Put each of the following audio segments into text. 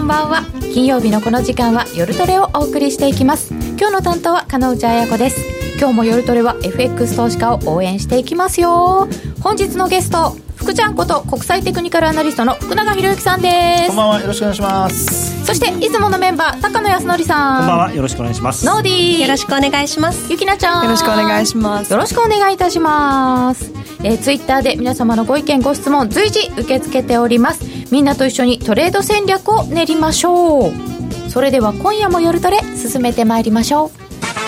んばんは。金曜日のこの時間は夜トレをお送りしていきます。今日の担当は金内彩子です。今日も夜トレは FX 投資家を応援していきますよ。本日のゲスト、福ちゃんこと国際テクニカルアナリストの福永博之さんです。 こんばんは、よろしくお願いします。 そしていつものメンバー、高野康則さん。 こんばんは、よろしくお願いします。 ノーディー、 よろしくお願いします。 ゆきなちゃん、 よろしくお願いします。 よろしくお願いいたします。ツイッターで皆様のご意見ご質問随時受け付けております。みんなと一緒にトレード戦略を練りましょう。それでは今夜も夜トレ進めてまいりましょう。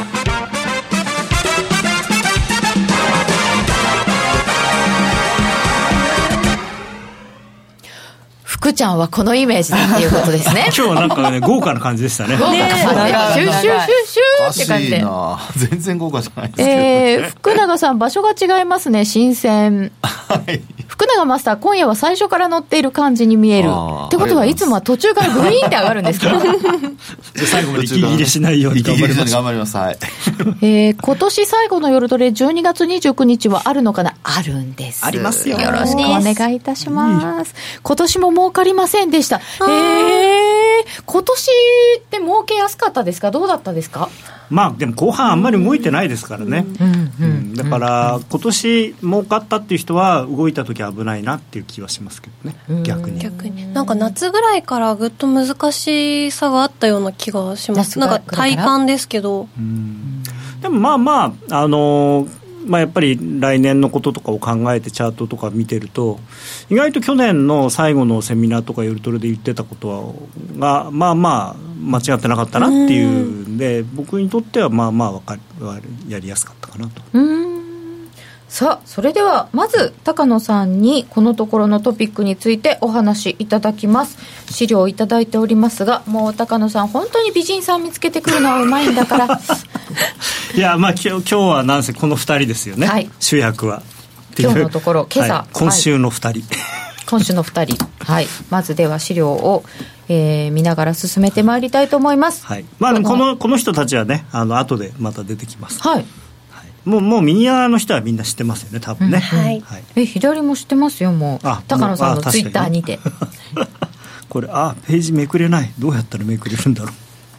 福ちゃんはこのイメージだっていうことですね。 今日はなんかね、豪華な感じでしたね。 豪華な感じ、シュッシュッシュッシュッって感じで。 全然豪華じゃないですけど、 福永さん、場所が違いますね。新鮮。はい。福永マスター、今夜は最初から乗っている感じに見えるってことは、いつもは途中からグイーンって上がるんですか？ 最後まで息切れしないように頑張ります。 頑張ります。はい。 今年最後の夜トレ12月29日はあるのかな？あるんです。 ありますよ。 よろしくお願いいたします。今年も儲かりませんでした。今年って儲けやすかったですか？どうだったですか？ まあでも後半あんまり動いてないですからね。だから今年儲かったっていう人は動いた時危ないなっていう気はしますけどね。逆になんか夏ぐらいからぐっと難しさがあったような気がします。なんか体感ですけど。 でもまあやっぱり来年のこととかを考えてチャートとか見てると、意外と去年の最後のセミナーとか夜トレで言ってたことがまあ間違ってなかったなっていうんで、僕にとってはやりやすかったかなと。 さあ、それではまず高野さんにこのところのトピックについてお話しいただきます。資料をいただいておりますが、もう高野さん本当に美人さん見つけてくるのはうまいんだからいや、今日はなんせこの2人ですよね、はい、主役は今日のところ今朝、 はい、今週の2人、 今週の2人、はい、まずでは資料を見ながら進めてまいりたいと思います。 はい、この人たちはね、後でまた出てきます。 はい、 もうミニアの人はみんな知ってますよね、多分ね。 はいはい、 左も知ってますよ、もう高野さんのツイッターにてこれページめくれない。どうやったらめくれるんだろう。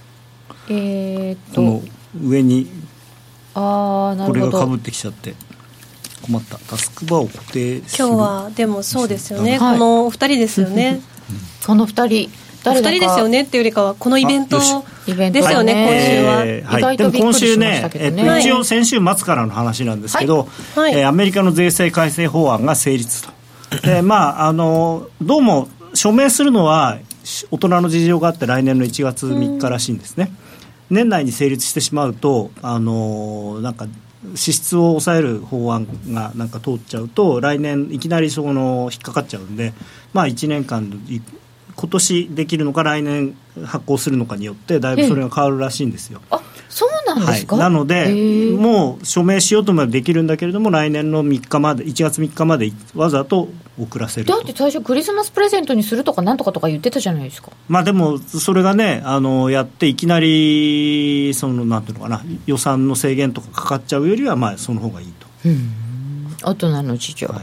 この上にこれがかぶってきちゃって困った。タスクバーを固定する。 今日はでもそうですよね、はい、このお二人ですよねこの二人誰だか、 お二人ですよねっていうよりかはこのイベントですよね、今週は、 意外とびっくりしましたけどね。 一応先週末からの話なんですけど、アメリカの税制改正法案が成立と。でどうも署名するのは大人の事情があって来年の1月3日らしいんですね。年内に成立してしまうとなんか支出を抑える法案がなんか通っちゃうと来年いきなり引っかかっちゃうんで、1年間今年できるのか来年発行するのかによってだいぶそれが変わるらしいんですよ。 そうなんですか？ はい、なのでもう署名しようともできるんだけれども来年の3日まで1月3日までわざと遅らせると。 だって最初クリスマスプレゼントにするとかなんとかとか言ってたじゃないですか。 でもそれがねやっていきなりなんていうのかな、予算の制限とかかかっちゃうよりはその方がいいと。 大人の事情、 はい、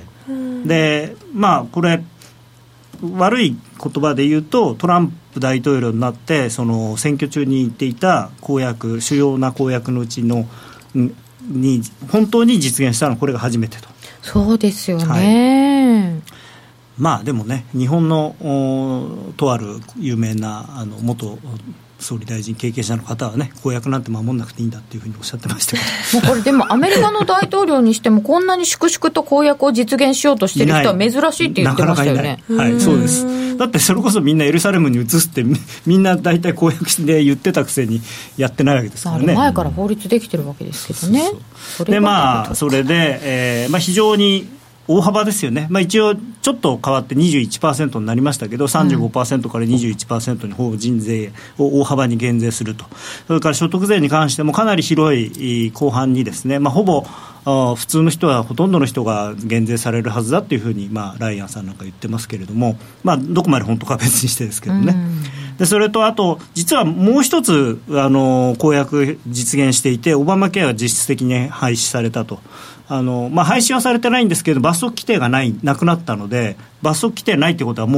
でこれ悪い言葉で言うとトランプ大統領になって選挙中に言っていた公約、主要な公約のうちのに本当に実現したのはこれが初めてと。 そうですよね、 はい、でもね、日本のとある有名な元総理大臣経験者の方はね、公約なんて守んなくていいんだっていうふうにおっしゃってましたけどもうこれでもアメリカの大統領にしてもこんなに粛々と公約を実現しようとしてる人は珍しいって言ってましたよね。 はい、そうです。だってそれこそみんなエルサレムに移すってみんな大体公約で言ってたくせにやってないわけですからね。 前から法律できてるわけですけどね。 でそれで、非常に大幅ですよね。一応ちょっと変わって 21% になりましたけど 35% から 21% に法人税を大幅に減税すると。それから所得税に関してもかなり広い後半にですね、ほぼ普通の人はほとんどの人が減税されるはずだというふうに、ライアンさんなんか言ってますけれども、どこまで本当かは別にしてですけどね。でそれとあと実はもう一つ公約実現していて、オバマケアが実質的に廃止されたと。廃止はされてないんですけど罰則規定がなくなったので、罰則規定ないということはも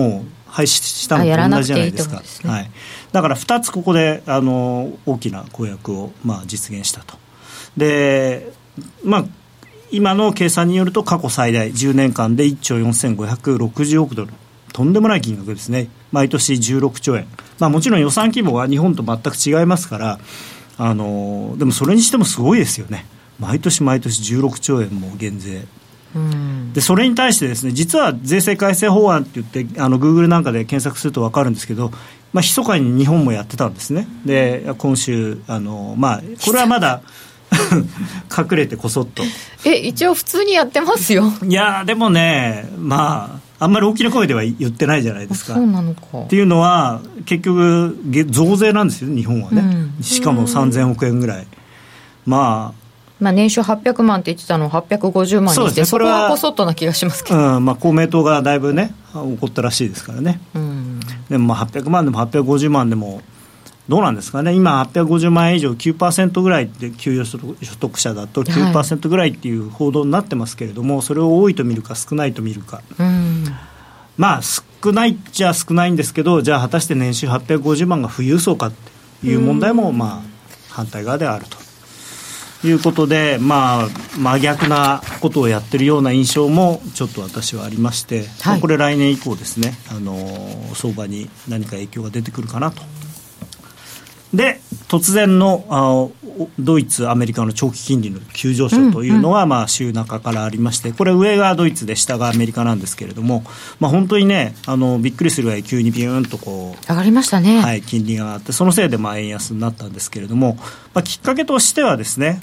廃止したのと同じじゃないですか。はい、だから2つここで大きな公約を実現したと。で、今の計算によると過去最大10年間で1兆4560億ドル、とんでもない金額ですね。毎年16兆円、もちろん予算規模は日本と全く違いますから、でもそれにしてもすごいですよね。毎年毎年16兆円も減税で、それに対してですね、実は税制改正法案って言ってGoogle なんかで検索すると分かるんですけど、密かに日本もやってたんですね。で、今週これはまだ隠れてこそっと一応普通にやってますよ。 いやでもね、あんまり大きな声では言ってないじゃないですか。 そうなのか。 っていうのは結局増税なんですよ日本はね、しかも3000億円ぐらい。 年収800万って言ってたのを850万にして、そこはこそっとな気がしますけど、 公明党がだいぶね怒ったらしいですからね、でも800万でも850万でもどうなんですかね。今850万円以上 9% ぐらいで給与所得者だと 9% ぐらいっていう報道になってますけれども、それを多いと見るか少ないと見るか、少ないっちゃ少ないんですけど、じゃあ果たして年収850万が富裕層かっていう問題も反対側であるということで、真逆なことをやってるような印象もちょっと私はありまして、これ来年以降ですね、相場に何か影響が出てくるかなと。で、突然のドイツアメリカの長期金利の急上昇というのは、週中からありまして、これ上がドイツで下がアメリカなんですけれども、本当にねびっくりするぐらい急にビューンと上がりましたね。金利が上がって、そのせいで円安になったんですけれども、きっかけとしてはですね、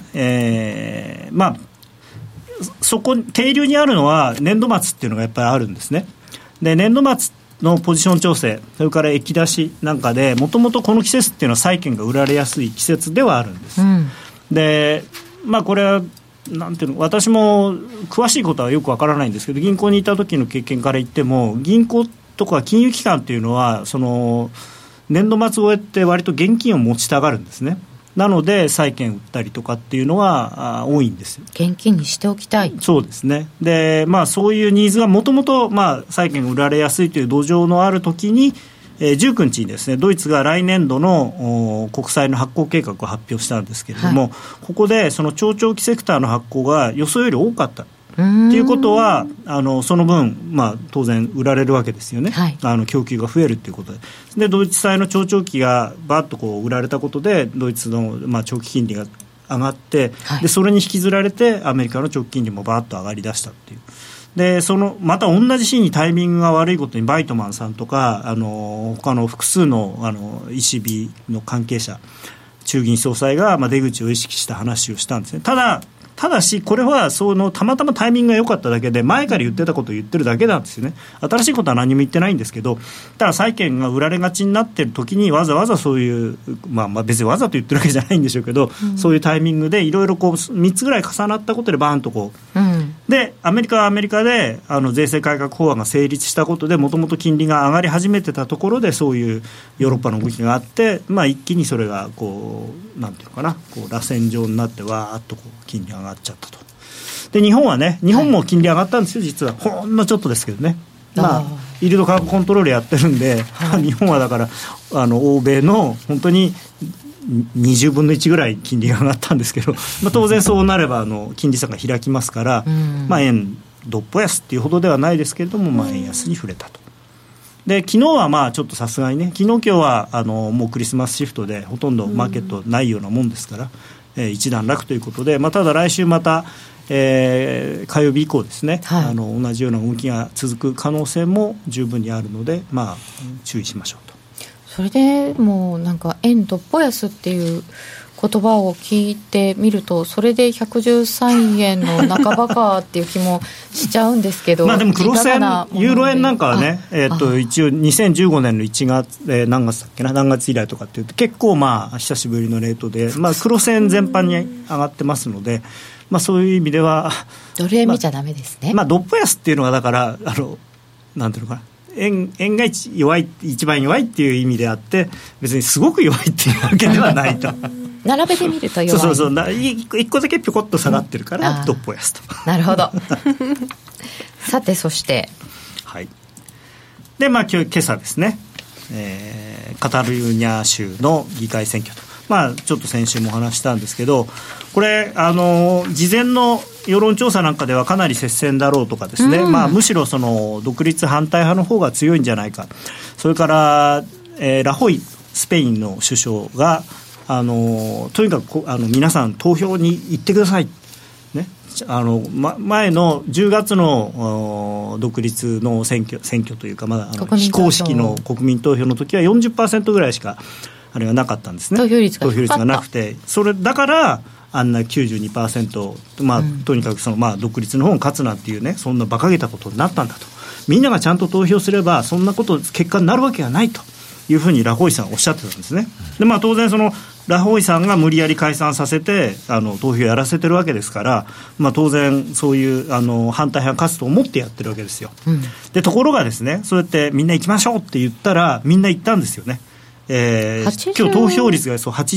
そこ底流にあるのは年度末っていうのがやっぱりあるんですね。で、年度末のポジション調整、それから液出しなんかで、もともとこの季節っていうのは債券が売られやすい季節ではあるんです、で、これはなんていうの、私も詳しいことはよくわからないんですけど、銀行にいた時の経験から言っても、銀行とか金融機関っていうのはその年度末を終えて割と現金を持ちたがるんですね。なので債券売ったりとかっていうのは多いんですよ。 現金にしておきたい。 そうですね。で、そういうニーズがもともと債券が売られやすいという土壌のある時に、19日にですね、ドイツが来年度の国債の発行計画を発表したんですけれども、ここでその中長期セクターの発行が予想より多かったということは、その分、当然売られるわけですよね、供給が増えるということで、ドイツ債の長長期がバッと売られたことでドイツの長期金利が上がって、でそれに引きずられてアメリカの長期金利もバッと上がりだしたっていう。でまた同じ日にタイミングが悪いことにバイトマンさんとか他の複数のECB の関係者、中銀総裁が出口を意識した話をしたんですね。ただしこれはたまたまタイミングが良かっただけで、前から言ってたことを言ってるだけなんですよね。新しいことは何も言ってないんですけど、ただ債券が売られがちになってる時にわざわざそういう、別にわざと言ってるわけじゃないんでしょうけど、そういうタイミングでいろいろ3つぐらい重なったことでバーンとで、アメリカはアメリカで税制改革法案が成立したことで、もともと金利が上がり始めてたところでそういうヨーロッパの動きがあって、一気にそれがなんていうのかな、螺旋状になってわーっと金利が上がっちゃったと。で、日本も金利上がったんですよ、実は。ほんのちょっとですけどね。イールドカーブコントロールやってるんで、日本はだから欧米の本当に20分の1ぐらい金利が上がったんですけど、当然そうなれば金利差が開きますから、円どっぽ安っていうほどではないですけれども、円安に触れたと。で、昨日はちょっとさすがにね、昨日今日はもうクリスマスシフトでほとんどマーケットないようなもんですから、一段落ということで、ただ来週また、火曜日以降ですね、同じような動きが続く可能性も十分にあるので、注意しましょうと。 それでもうなんか円どっぽ安っていう言葉を聞いてみると、それで113円の半ばかっていう気もしちゃうんですけどでも黒線ユーロ円なんかはね、一応2015年の1月、何月だっけな、何月以来とかっていうと結構久しぶりのレートで、黒線全般に上がってますので、そういう意味ではドル円見ちゃダメですね。 どっぽ安っていうのはだからなんていうのかな、円が一番弱いっていう意味であって、別にすごく弱いっていうわけではないと並べてみると弱い。 そう一個だけピョコッと下がってるからどっぽ安と。 なるほどさて、そしてで、今朝ですね、カタルーニャ州の議会選挙と、ちょっと先週もお話したんですけど、これ事前の世論調査なんかではかなり接戦だろうとかですね、むしろその独立反対派の方が強いんじゃないか、それから、ラホイスペインの首相がとにかく皆さん投票に行ってください、ね、前の10月の独立の選挙というか、非公式の国民投票の時は 40% ぐらいしかあれがなかったんですね。投票率がなくて、それだからあんな 92%、とにかく独立の方が勝つなんていうね、そんな馬鹿げたことになったんだと、みんながちゃんと投票すればそんなこと結果になるわけがないというふうにラホイさんはおっしゃってたんですね。で、当然そのラホイさんが無理やり解散させて投票やらせてるわけですから、当然そういう反対派が勝つと思ってやってるわけですよ、でところがですね、そうやってみんな行きましょうって言ったらみんな行ったんですよね。今日投票率が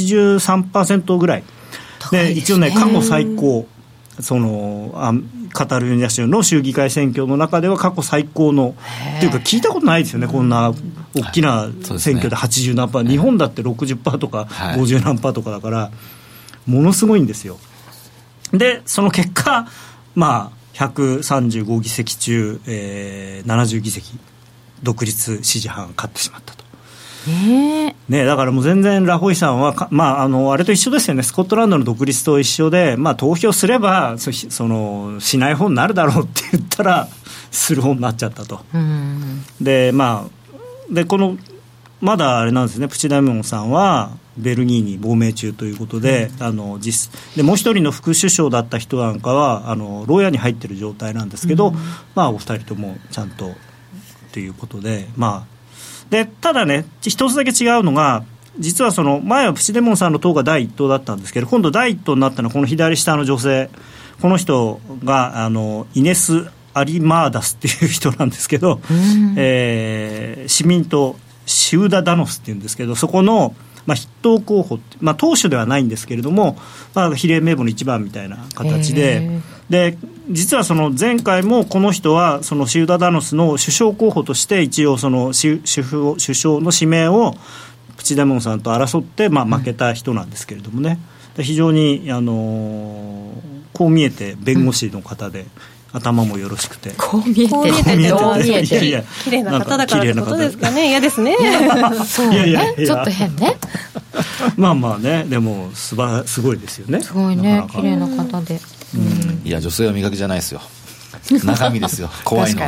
83% ぐらいで、一応ね過去最高、カタルーニャ州の州議会選挙の中では過去最高のっていうか、聞いたことないですよね、こんな大きな選挙で80何パー、日本だって 60% とか50何パーとかだから、ものすごいんですよ。でその結果、135議席中、70議席独立支持派が勝ってしまったと。だからもう全然ラホイさんはあれと一緒ですよね。スコットランドの独立と一緒で、投票すればしない方になるだろうって言ったらする方になっちゃったと。でこのまだあれなんですね、プチダイモンさんはベルギーに亡命中ということで、でもう一人の副首相だった人なんかは牢屋に入ってる状態なんですけど、お二人ともちゃんとということで、でただね、一つだけ違うのが、実はその前はプチデモンさんの党が第一党だったんですけど、今度第一党になったのはこの左下の女性、この人がイネス・アリマーダスっていう人なんですけど、市民党シウダダノスっていうんですけど、そこの筆頭候補、党首ではないんですけれども、比例名簿の一番みたいな形で、実はその前回もこの人はそのシウダダノスの首相候補として一応その首相の指名をプチダモンさんと争って負けた人なんですけれどもね、非常にこう見えて弁護士の方で、頭もよろしくて、 こう見えて綺麗な方だからってことですかね。嫌ですね。 そうね、ちょっと変ね。 ね、でもすごいですよね。 すごいね、綺麗な方で。 いや、女性は見かけじゃないですよ。中身ですよ。怖いの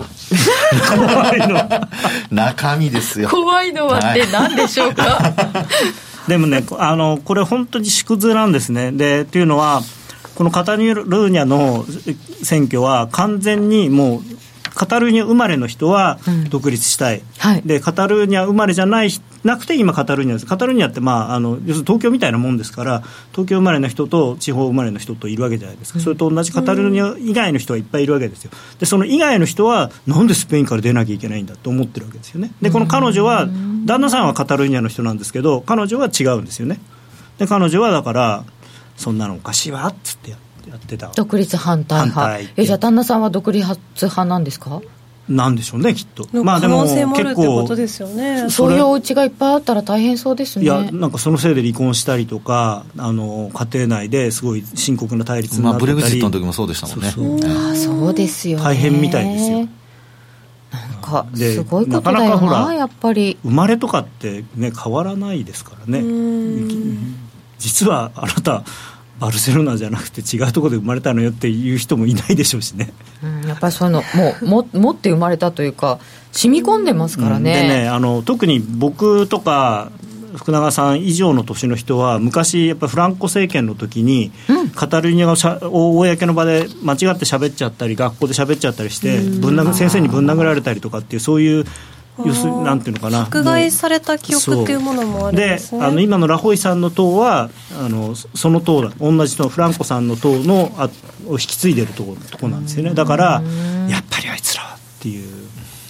中身ですよ。 怖いのはって何でしょうか。 でもね、これ本当に縮図なんですね。でというのは、このカタルーニャの選挙は完全にもうカタルーニャ生まれの人は独立したい、でカタルーニャ生まれじゃなくて今カタルーニャです。カタルーニャって、要するに東京みたいなもんですから、東京生まれの人と地方生まれの人といるわけじゃないですか、それと同じカタルーニャ以外の人はいっぱいいるわけですよ。でその以外の人はなんでスペインから出なきゃいけないんだと思ってるわけですよね。でこの彼女は、旦那さんはカタルーニャの人なんですけど、彼女は違うんですよね。で彼女はだからそんなのおかしいわっつってやってた。 独立反対派。じゃあ旦那さんは独立派なんですか？ なんでしょうね、きっと。 でも可能性もあるってことですよね。 そういうお家がいっぱいあったら大変そうですね。 いや、なんかそのせいで離婚したりとか、家庭内ですごい深刻な対立になってたり、 ブレグジットの時もそうでしたもんね。 そうですよね。 大変みたいですよ。 なんかすごいことだよな、やっぱり。 生まれとかってね、変わらないですからね。実はあなたバルセロナじゃなくて違うところで生まれたのよっていう人もいないでしょうしね。 やっぱりそういうの持って生まれたというか染み込んでますからね。 でね、特に僕とか福永さん以上の年の人は昔やっぱフランコ政権の時に、カタルーニャを公の場で間違って喋っちゃったり学校で喋っちゃったりして先生にぶん殴られたりとかっていう、そういう要するになんていうのかな、 迫害された記憶っていうものもあるんですね。 で今のラホイさんの党はその党同じ党フランコさんの党のを引き継いでるとこなんですよね。だからやっぱりあいつらっていう、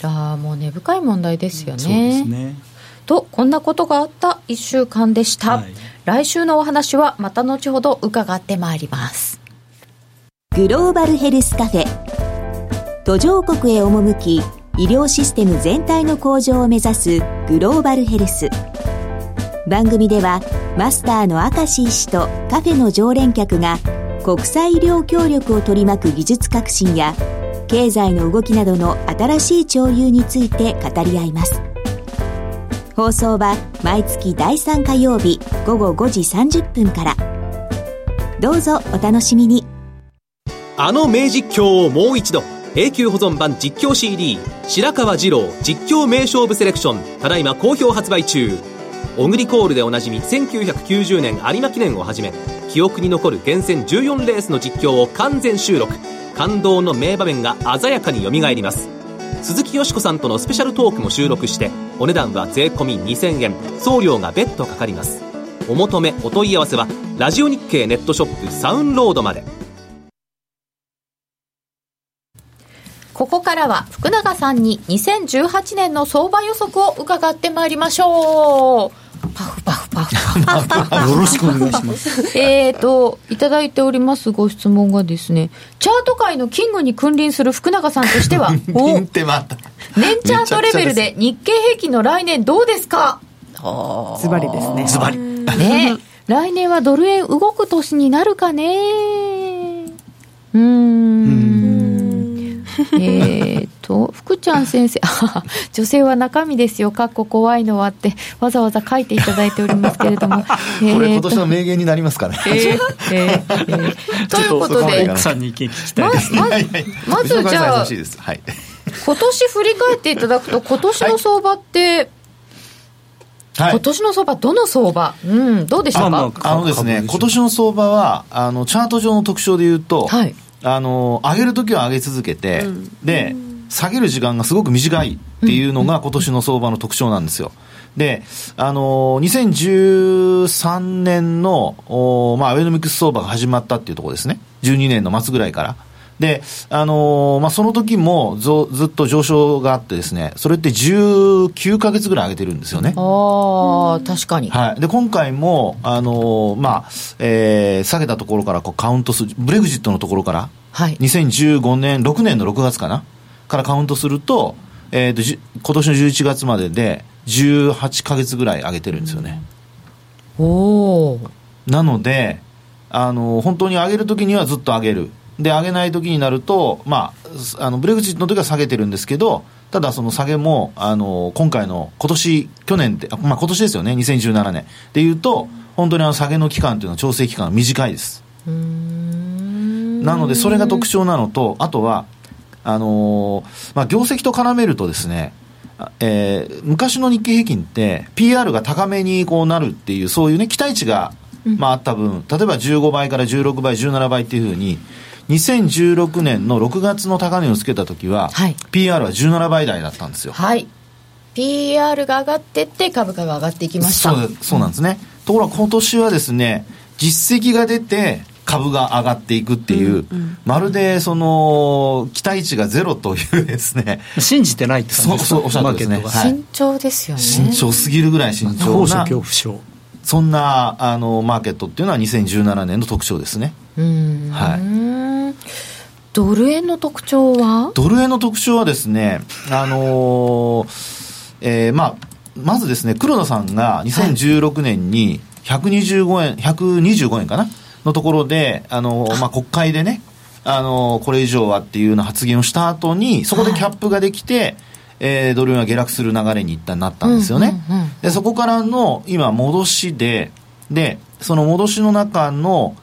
もう根深い問題ですよね。 そうですね。 とこんなことがあった1週間でした、来週のお話はまた後ほど伺ってまいります。 グローバルヘルスカフェ、途上国へ赴き医療システム全体の向上を目指すグローバルヘルス。番組ではマスターの明石医師とカフェの常連客が国際医療協力を取り巻く技術革新や経済の動きなどの新しい潮流について語り合います。放送は毎月第3火曜日午後5時30分から。どうぞお楽しみに。 あの名実況をもう一度、永久保存版実況 CD 白川二郎実況名勝負セレクション、ただいま好評発売中。オグリコールでおなじみ1990年有馬記念をはじめ、記憶に残る厳選14レースの実況を完全収録。感動の名場面が鮮やかによみがえります。鈴木よしこさんとのスペシャルトークも収録して、お値段は税込み2000円、送料が別途かかります。お求めお問い合わせはラジオ日経ネットショップサウンロードまで。 ここからは福永さんに2018年の相場予測を伺ってまいりましょう。パフパフパフパフよろしくお願いしますいただいておりますご質問がですね、チャート界のキングに君臨する福永さんとしては年チャートレベルで日経平均の来年どうですか。 ズバリですね。 ズバリね、来年はドル円動く年になるかね。福ちゃん先生女性は中身ですよかっこ怖いのはってわざわざ書いていただいておりますけれども、 これ今年の名言になりますかね。 ということで奥さんに意見聞きたいです、 まずじゃあ、 はい、 今年振り返っていただくと今年の相場って、はい、今年の相場どの相場、どうでしたか。 ですね、今年の相場はチャート上の特徴でいうと、はい、上げるときは上げ続けて、で下げる時間がすごく短いっていうのが今年の相場の特徴なんですよ。で2013年のアベノミクス相場が始まったっていうところですね。12年の末ぐらいからで、その時もずっと上昇があってですね、それって19ヶ月ぐらい上げてるんですよね。 確かに、 はい、で今回も下げたところからこうカウントする、ブレグジットのところから、はい、2015年6年の6月かなからカウントすると、今年の11月までで18ヶ月ぐらい上げてるんですよね。なので本当に上げるときにはずっと上げる、で上げないときになると、ブレグジットのときは下げてるんですけど、ただその下げも今回の去年って、今年ですよね、2017年でいうと本当に下げの期間というのは調整期間が短いです。なのでそれが特徴なのと、あとは業績と絡めるとですね、昔の日経平均って PR が高めにこうなるっていう、そういうね期待値があった分、例えば15倍から16倍17倍っていうふうに2016年の6月の高値をつけた時は、はい、PR は17倍台だったんですよ。 はい、PR が上がってって株価が上がっていきました。 そうなんですね。ところが今年はですね、実績が出て株が上がっていくっていう、まるでその期待値がゼロというですね、 信じてないって感じですか。 そうおっしゃるんですね、 慎重ですよね。 慎重すぎるぐらい慎重な高所恐怖症、 そんなマーケットっていうのは2017年の特徴ですね。はい、 ドル円の特徴は？ ドル円の特徴はですね、まずですね、黒田さんが2016年に125円かなのところで国会でね、これ以上はっていうような発言をした後に、そこでキャップができて、ドル円は下落する流れに一旦なったんですよね。でそこからの今戻しでその戻しの中の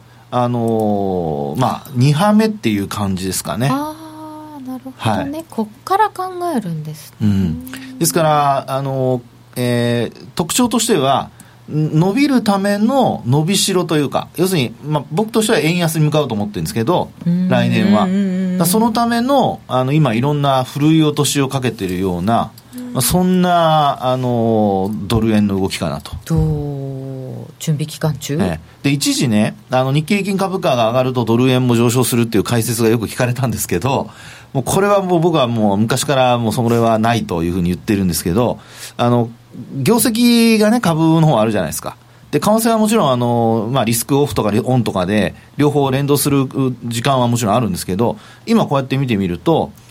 2波目っていう感じですかね。 なるほどね、はい、こっから考えるんです、 ですから特徴としては伸びるための伸びしろというか、要するに、僕としては円安に向かうと思ってるんですけど、来年はそのための今いろんなふるい落としをかけているような、そんなドル円の動きかなと。 準備期間中、 で一時ね、日経平均株価が上がるとドル円も上昇するっていう解説がよく聞かれたんですけど、もうこれはもう僕はもう昔からもうそれはないというふうに言ってるんですけど、業績がね株の方あるじゃないですか。で為替はもちろんリスクオフとかオンとかで両方連動する時間はもちろんあるんですけど、今こうやって見てみると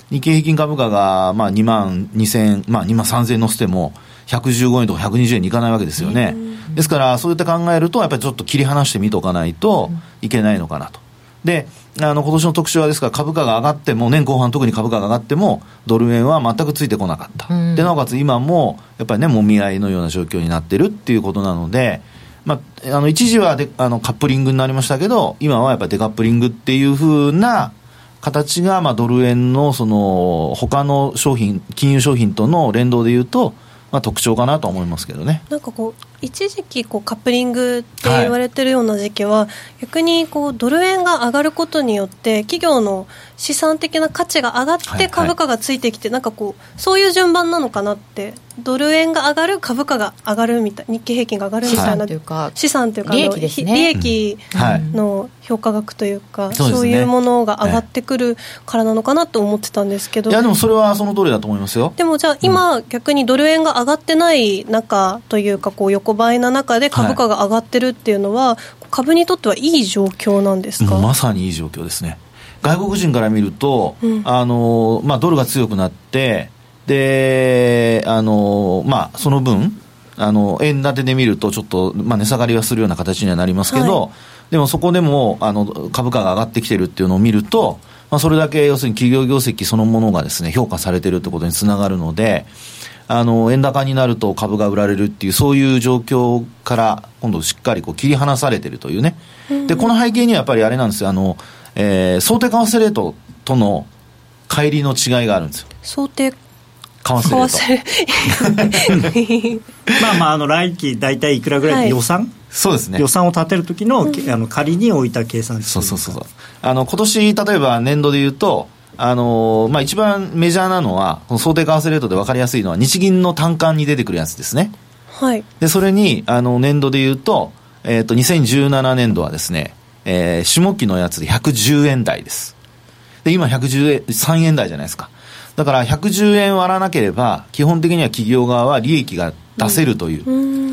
日経平均株価がまあ2万2000、まあ、2万3000円乗せても115円とか120円にいかないわけですよね。ですからそういった考えるとやっぱりちょっと切り離して見とかないといけないのかなと。で今年の特徴はですから株価が上がっても年後半特に株価が上がってもドル円は全くついてこなかった、でなおかつ今もやっぱりねもみ合いのような状況になってるっていうことなので、まあ、一時はカップリングになりましたけど今はやっぱりデカップリングっていう風な形が、まあ、ドル円のその他の商品金融商品との連動でいうと、まあ、特徴かなと思いますけどね。 なんかこう一時期こうカップリングって言われてるような時期は、逆にこうドル円が上がることによって企業の資産的な価値が上がって株価がついてきて、なんかこうそういう順番なのかなって、ドル円が上がる株価が上がるみたい、日経平均が上がるみたいな資産というか利益ですね、 利益の評価額というか、そういうものが上がってくるからなのかなと思ってたんですけど、 いやでもそれはその通りだと思いますよ。 でもじゃあ今、逆にドル円が上がってない中というか、こう横ばいな中で株価が上がってるっていうのは、株にとってはいい状況なんですか？ まさにいい状況ですね。外国人から見ると、まあ、ドルが強くなってでまあ、その分円建てで見るとちょっと、まあ、値下がりはするような形にはなりますけど、はい、でもそこでも株価が上がってきてるっていうのを見ると、まあ、それだけ要するに企業業績そのものがですね評価されてるってことにつながるので、円高になると株が売られるっていうそういう状況から今度しっかりこう切り離されてるというね、でこの背景にはやっぱりあれなんですよ、想定為替レートとの乖離の違いがあるんですよ。想定為替レートまあまあ来期大体いくらぐらいで予算、はい、 そうですね、 予算を立てる時の、仮に置いた計算値、 そう今年例えば年度でいうとまあ、一番メジャーなのはこの想定為替レートで分かりやすいのは日銀の短観に出てくるやつですね、 はい、でそれに年度でいうと、2017年度はですね、下期のやつで110円台です。で今113円台じゃないですか。だから110円割らなければ基本的には企業側は利益が出せるという、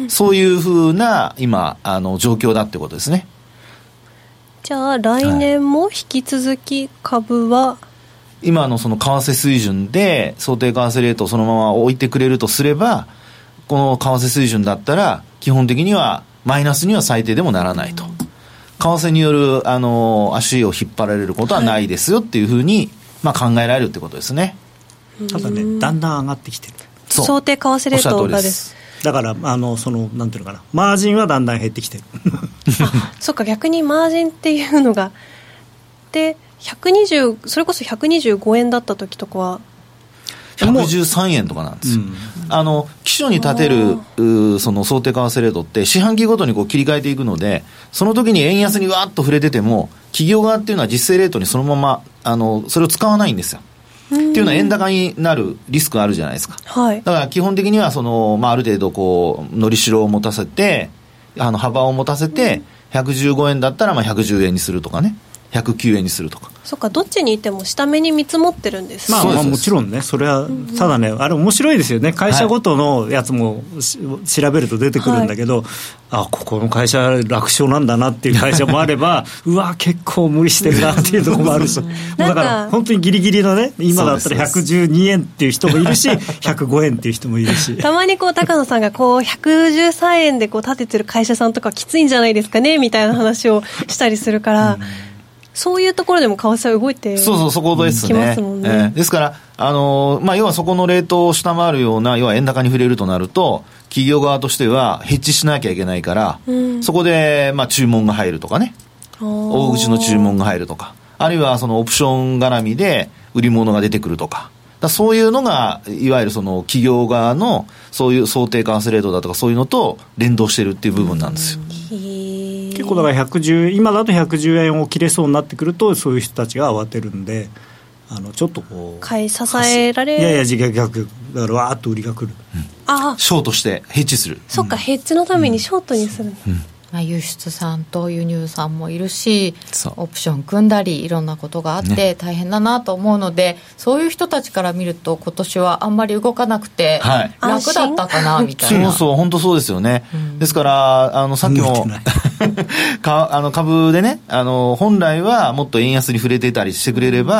そういうふうな今状況だってことですね。 じゃあ来年も引き続き株は、 今のその為替水準で想定為替レートをそのまま置いてくれるとすれば、この為替水準だったら基本的にはマイナスには最低でもならないと、為替による足を引っ張られることはないですよっていうふうに、まあ、考えられるってことですね。 ただね、だんだん上がってきてる。 想定為替レートがです。 だからそのなんていうのかな、マージンはだんだん減ってきてるそっか、逆にマージンっていうのがで120、それこそ125円だった時とかは 113円とかなんですよ、基礎に立てるその想定為替レートって四半期ごとにこう切り替えていくので、その時に円安にわーっと触れてても企業側っていうのは実勢レートにそのままそれを使わないんですよ。っていうのは円高になるリスクがあるじゃないですか、はい、だから基本的にはまあ、ある程度こうのりしろを持たせて幅を持たせて115円だったらまあ110円にするとかね、109円にするとか。 そっか、どっちにいても下目に見積もってるんですね。 まあもちろんね、それはただね、あれ面白いですよね。会社ごとのやつも、調べると出てくるんだけど、ここの会社楽勝なんだなっていう会社もあればうわ結構無理してるなっていうところもあるしだから本当にギリギリのね、今だったら112円っていう人もいるし105円っていう人もいるし、 たまにこう高野さんがこう113円でこう立ててる会社さんとかきついんじゃないですかねみたいな話をしたりするから、そういうところでも為替は動いてそこですね、 きますもんね。 ですからまあ、要はそこのレートを下回るような、要は円高に触れるとなると企業側としてはヘッジしなきゃいけないから、そこでまあ注文が入るとかね、大口の注文が入るとか、あるいはそのオプション絡みで売り物が出てくるとか、そういうのがいわゆるその企業側のそういう想定為替レートだとかそういうのと連動してるっていう部分なんですよ。 結構だから今だと110円を切れそうになってくるとそういう人たちが慌てるんで、ちょっとこう買い支えられる、 いや逆だからわーっと売りが来る、 ショートしてヘッジする。 そっか、ヘッジのためにショートにする、 まあ、輸出産と輸入産もいるし、オプション組んだりいろんなことがあって大変だなと思うので、そういう人たちから見ると今年はあんまり動かなくて楽だったかなみたいな、 そう本当そうですよね、ですからさっきも株でね本来はもっと円安に触れてたりしてくれれば、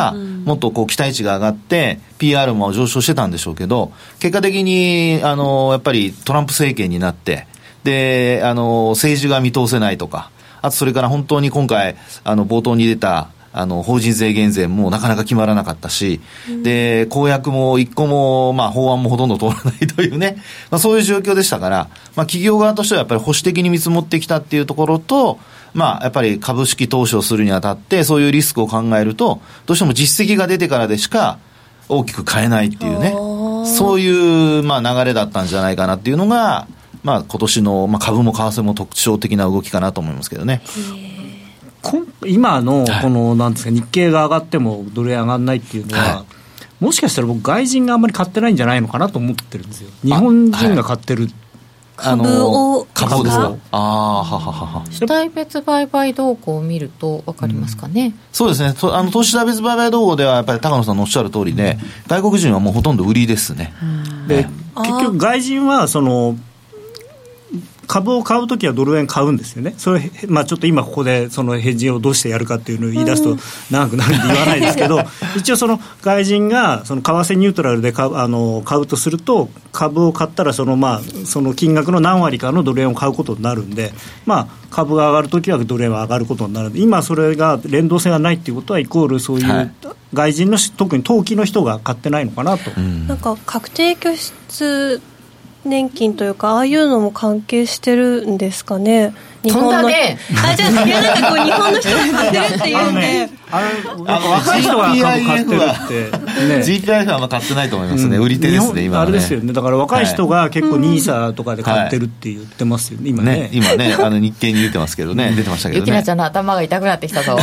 もっとこう期待値が上がって PR も上昇してたんでしょうけど、結果的にやっぱりトランプ政権になって、で政治が見通せないとか、あとそれから本当に今回冒頭に出た法人税減税もなかなか決まらなかったし、で公約も一個も、法案もほとんど通らないというね、そういう状況でしたから、企業側としてはやっぱり保守的に見積もってきたっていうところと、やっぱり株式投資をするにあたってそういうリスクを考えると、どうしても実績が出てからでしか大きく買えないっていうね、そういう流れだったんじゃないかなっていうのが、今年の株も為替も特徴的な動きかなと思いますけどね。 今のこのなんですか、日経が上がってもドル円上がらないっていうのは、もしかしたら僕外人があんまり買ってないんじゃないのかなと思ってるんですよ。日本人が買ってる株ですか。 主体別売買動向を見ると分かりますかね。 そうですね。投資主体別売買動向ではやっぱり高野さんのおっしゃる通りで、外国人はもうほとんど売りですね。 で結局外人はその株を買うときはドル円買うんですよね。それ、ちょっと今ここでそのヘッジをどうしてやるかっていうのを言い出すと長くなるんで言わないですけど、一応その外人がその為替ニュートラルで買うとすると、株を買ったらその金額の何割かのドル円を買うことになるんで、株が上がるときはドル円は上がることになるんで、今それが連動性がないっていうことはイコールそういう外人の特に投機の人が買ってないのかなと。 なんか確定拠出年金というか、ああいうのも関係してるんですかね。日本のそんなね、 じゃあなんかこう日本の人が買ってるっていうんで、 若い人が株買ってるって、 GPIF は買ってないと思いますね。売り手ですね、今はね。 あれですよね。だから若い人が結構 NISA とかで買ってるって言ってますよね、今ね。 今ね、日経に出てますけどね、出てましたけどね。 ゆきなちゃんの頭が痛くなってきたぞ。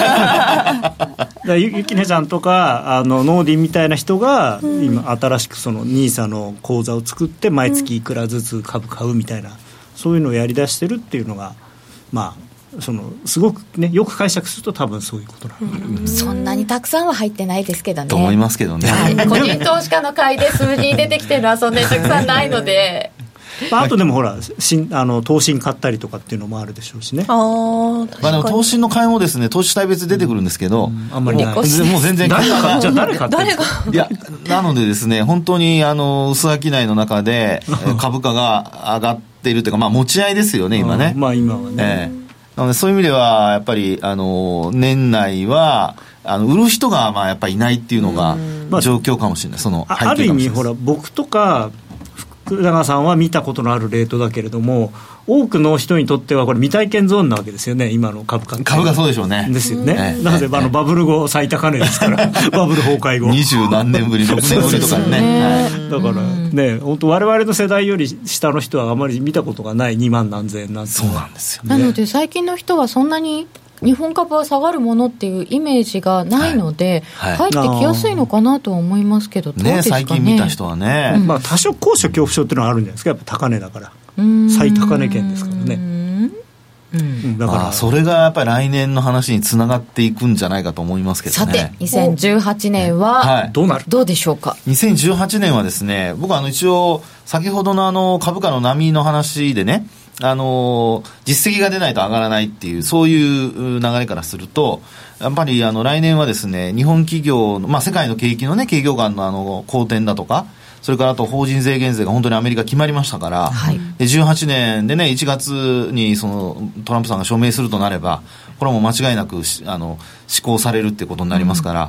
ゆきなちゃんとかノーディみたいな人が今新しくその NISA の口座を作って毎月いくらずつ株買うみたいな、そういうのをやり出してるっていうのが、すごくね、よく解釈すると多分そういうことなの、 そんなにたくさんは入ってないですけどね。 と思いますけどね。 個人投資家の会で数字出てきてるのはそんなにたくさんないので。 あとでもほら投信買ったりとかっていうのもあるでしょうしね。 でも投信の買いもですね、投資体別出てくるんですけど、 あんまりない。もう全然じゃあ誰買ってるんですか。 いや、なのでですね、本当に薄商いの中で株価が上がっているというか、持ち合いですよね今ね。 今はね。 なのでそういう意味ではやっぱり年内は売る人がやっぱりいないっていうのが状況かもしれない。その背景かもしれない。 ある意味ほら僕とか福永さんは見たことのあるレートだけれども、多くの人にとってはこれ未体験ゾーンなわけですよね、今の株価。 株がそうでしょうね。 ですよね。なのでバブル後最高値ですからバブル崩壊後 20何年ぶり6年ぶりとかね。 だからね、本当我々の世代より下の人はあまり見たことがない2万何千円なんて。 そうなんですよね。 なので最近の人はそんなに日本株は下がるものっていうイメージがないので、入ってきやすいのかなとは思いますけど、どうですかね。 最近見た人はね、 多少高所恐怖症っていうのはあるんじゃないですか。やっぱ高値だから、最高値圏ですからね。だからそれがやっぱり来年の話につながっていくんじゃないかと思いますけどね。 さて2018年はどうでしょうか。 2018年はですね、僕は一応先ほどの株価の波の話でね、実績が出ないと上がらないっていうそういう流れからすると、やっぱり来年はですね、日本企業の、世界の景気のね、景況感の好転だとか、それからあと法人税減税が本当にアメリカ決まりましたから、で18年でね、1月にそのトランプさんが署名するとなれば、これはもう間違いなく施行されるっていうことになりますから、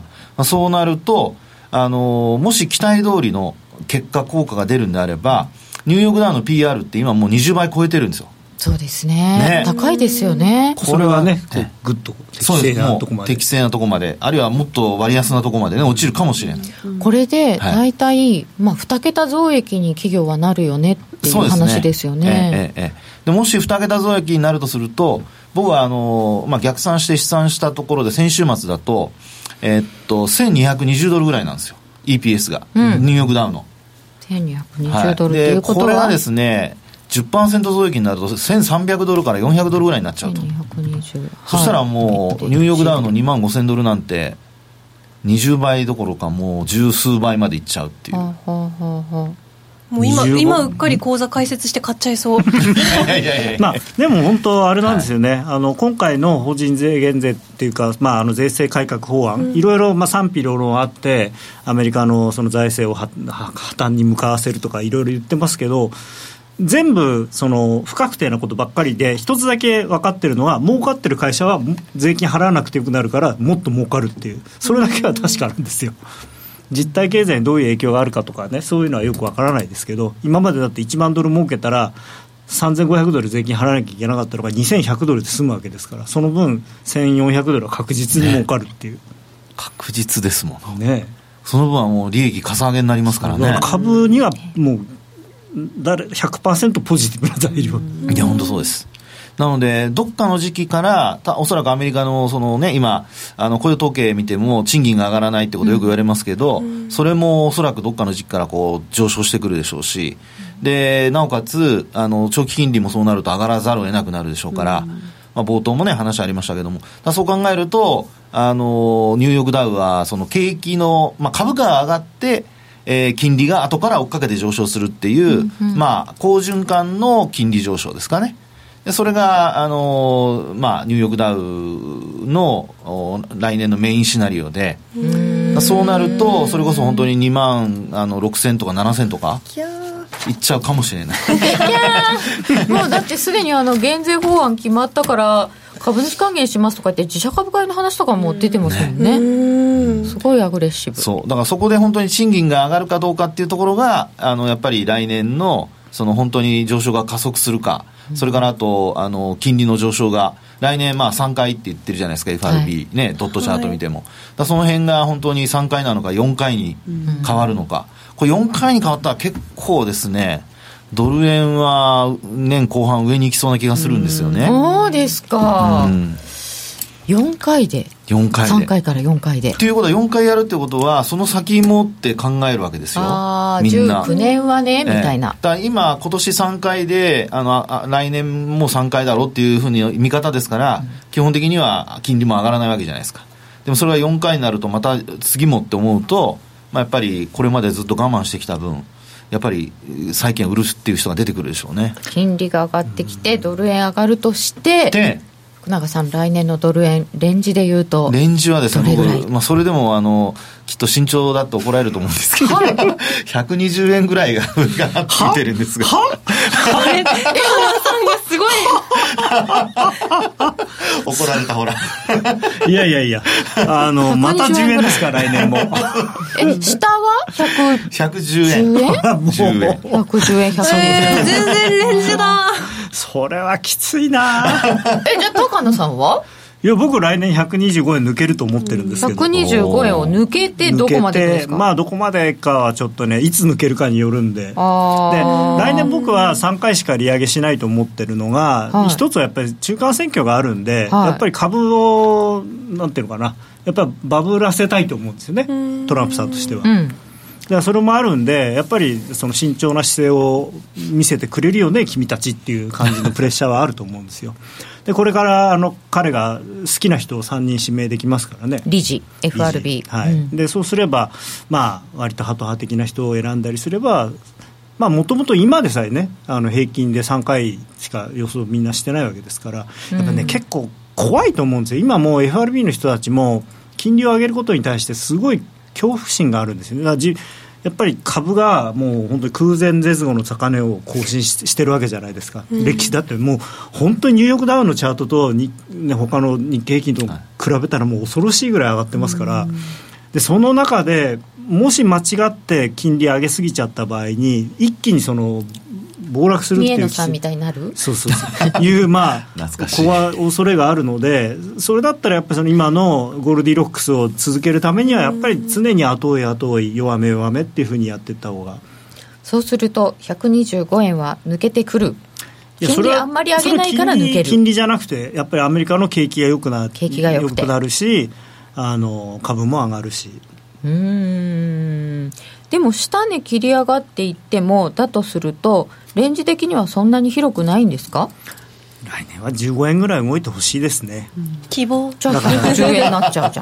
そうなるともし期待通りの結果効果が出るんであれば、ニューヨークダウの PR って今もう20倍超えてるんですよ。 そうですね、高いですよね。 これはね、ぐっと適正なとこまで、 適正なとこまで、あるいはもっと割安なとこまでね、落ちるかもしれない。 これで大体、2桁増益に企業はなるよねっていう話ですよね。 でもし2桁増益になるとすると、僕は逆算して試算したところで先週末だと1220ドルぐらいなんですよ EPS が、ニューヨークダウの 1220ドルっていうことは、 これがですね10% 増益になると1300ドルから400ドルぐらいになっちゃうと。そしたらもうニューヨークダウの2万5000ドルなんて20倍どころかもう十数倍までいっちゃうっていう。 もう今うっかり口座開設して買っちゃいそうまあ、でも本当あれなんですよね、今回の法人税減税っていうか、税制改革法案、いろいろ賛否両論あって、アメリカのその財政を破綻に向かわせるとかいろいろ言ってますけど、全部その不確定なことばっかりで、一つだけ分かってるのは、儲かってる会社は税金払わなくてよくなるからもっと儲かるっていう、それだけは確かなんですよ。実体経済にどういう影響があるかとかね、そういうのはよくわからないですけど、今までだって1万ドル儲けたら3500ドル税金払わなきゃいけなかったのが2100ドルで済むわけですから、その分1400ドルは確実に儲かるっていう、 確実ですもんね。 その分はもう利益かさ上げになりますからね。 株にはもう100% ポジティブな材料。 いや本当そうです。なのでどっかの時期からおそらくアメリカのそのね、今雇用統計見ても賃金が上がらないってことよく言われますけど、それもおそらくどっかの時期からこう上昇してくるでしょうし、でなおかつ長期金利もそうなると上がらざるを得なくなるでしょうから、冒頭もね話ありましたけども、そう考えるとニューヨークダウはその景気の、株価が上がって金利が後から追っかけて上昇するっていう、好循環の金利上昇ですかね。でそれがニューヨークダウの来年のメインシナリオで、そうなるとそれこそ本当に2万6000とか7000とかいっちゃうかもしれないもうだってすでに減税法案決まったから株主還元しますとか言って自社株買いの話とかも出てますもんね。すごいアグレッシブ。 そうだからそこで本当に賃金が上がるかどうかっていうところがやっぱり来年のその本当に上昇が加速するか、それからあと金利の上昇が来年3回って言ってるじゃないですか FRB、ね、ドットチャート見ても、だその辺が本当に3回なのか4回に変わるのか、これ4回に変わったら結構ですね、ドル円は年後半上に行きそうな気がするんですよね。 そうですか、4回で3回から4回でということは4回やるってことはその先もって考えるわけですよ、みんな。 19年はね、みたいな。 だから今年3回で来年も3回だろうっていうふうに見方ですから、基本的には金利も上がらないわけじゃないですか。でもそれが4回になるとまた次もって思うと、やっぱりこれまでずっと我慢してきた分やっぱり債券を売るっていう人が出てくるでしょうね。 金利が上がってきて、ドル円上がるとして福永さん、来年のドル円レンジでいうとレンジはですね、僕、それでもきっと慎重だと怒られると思うんですけど120円ぐらいが上がってきてるんですがあれ江原さんがすごい怒られたほらいやまた10円ですか来年も下は 110円 110円110円120円全然レンジだそれはきついなじゃあ高野さんは？ いや僕来年125円抜けると思ってるんですけど、 125円を抜けてどこまでですか？ どこまでかはちょっとねいつ抜けるかによるんで、来年僕は3回しか利上げしないと思ってるのが、一つはやっぱり中間選挙があるんで、やっぱり株をなんていうのかな、やっぱりバブらせたいと思うんですよね、トランプさんとしては。それもあるんで、やっぱりその慎重な姿勢を見せてくれるよね君たちっていう感じのプレッシャーはあると思うんですよ。でこれから彼が好きな人を3人指名できますからね、 理事 FRB、 でそうすれば割とハト派的な人を選んだりすれば、もともと今でさえね平均で3回しか予想みんなしてないわけですから、やっぱね、結構怖いと思うんですよ。今もう FRB の人たちも金利を上げることに対してすごい恐怖心があるんですよね。やっぱり株がもう本当に空前絶後の高値を更新 してるわけじゃないですか、歴史だってもう本当にニューヨークダウンのチャートと他の日経平均と比べたらもう恐ろしいぐらい上がってますから、でその中でもし間違って金利上げすぎちゃった場合に一気にその暴落するっていう、 三重野さんみたいになるいう恐れがあるので、それだったらやっぱりその今のゴールディロックスを続けるためにはやっぱり常に後追い弱め弱めっていうふうにやっていった方が、 そうすると125円は抜けてくる。金利あんまり上げないから抜ける。 金利じゃなくてやっぱりアメリカの景気が良くなるし、株も上がるし。 でも下値切り上がっていってもだとするとレンジ的にはそんなに広くないんですか？ 来年は15円ぐらい動いてほしいですね、 希望じゃあ110円になっちゃうじゃん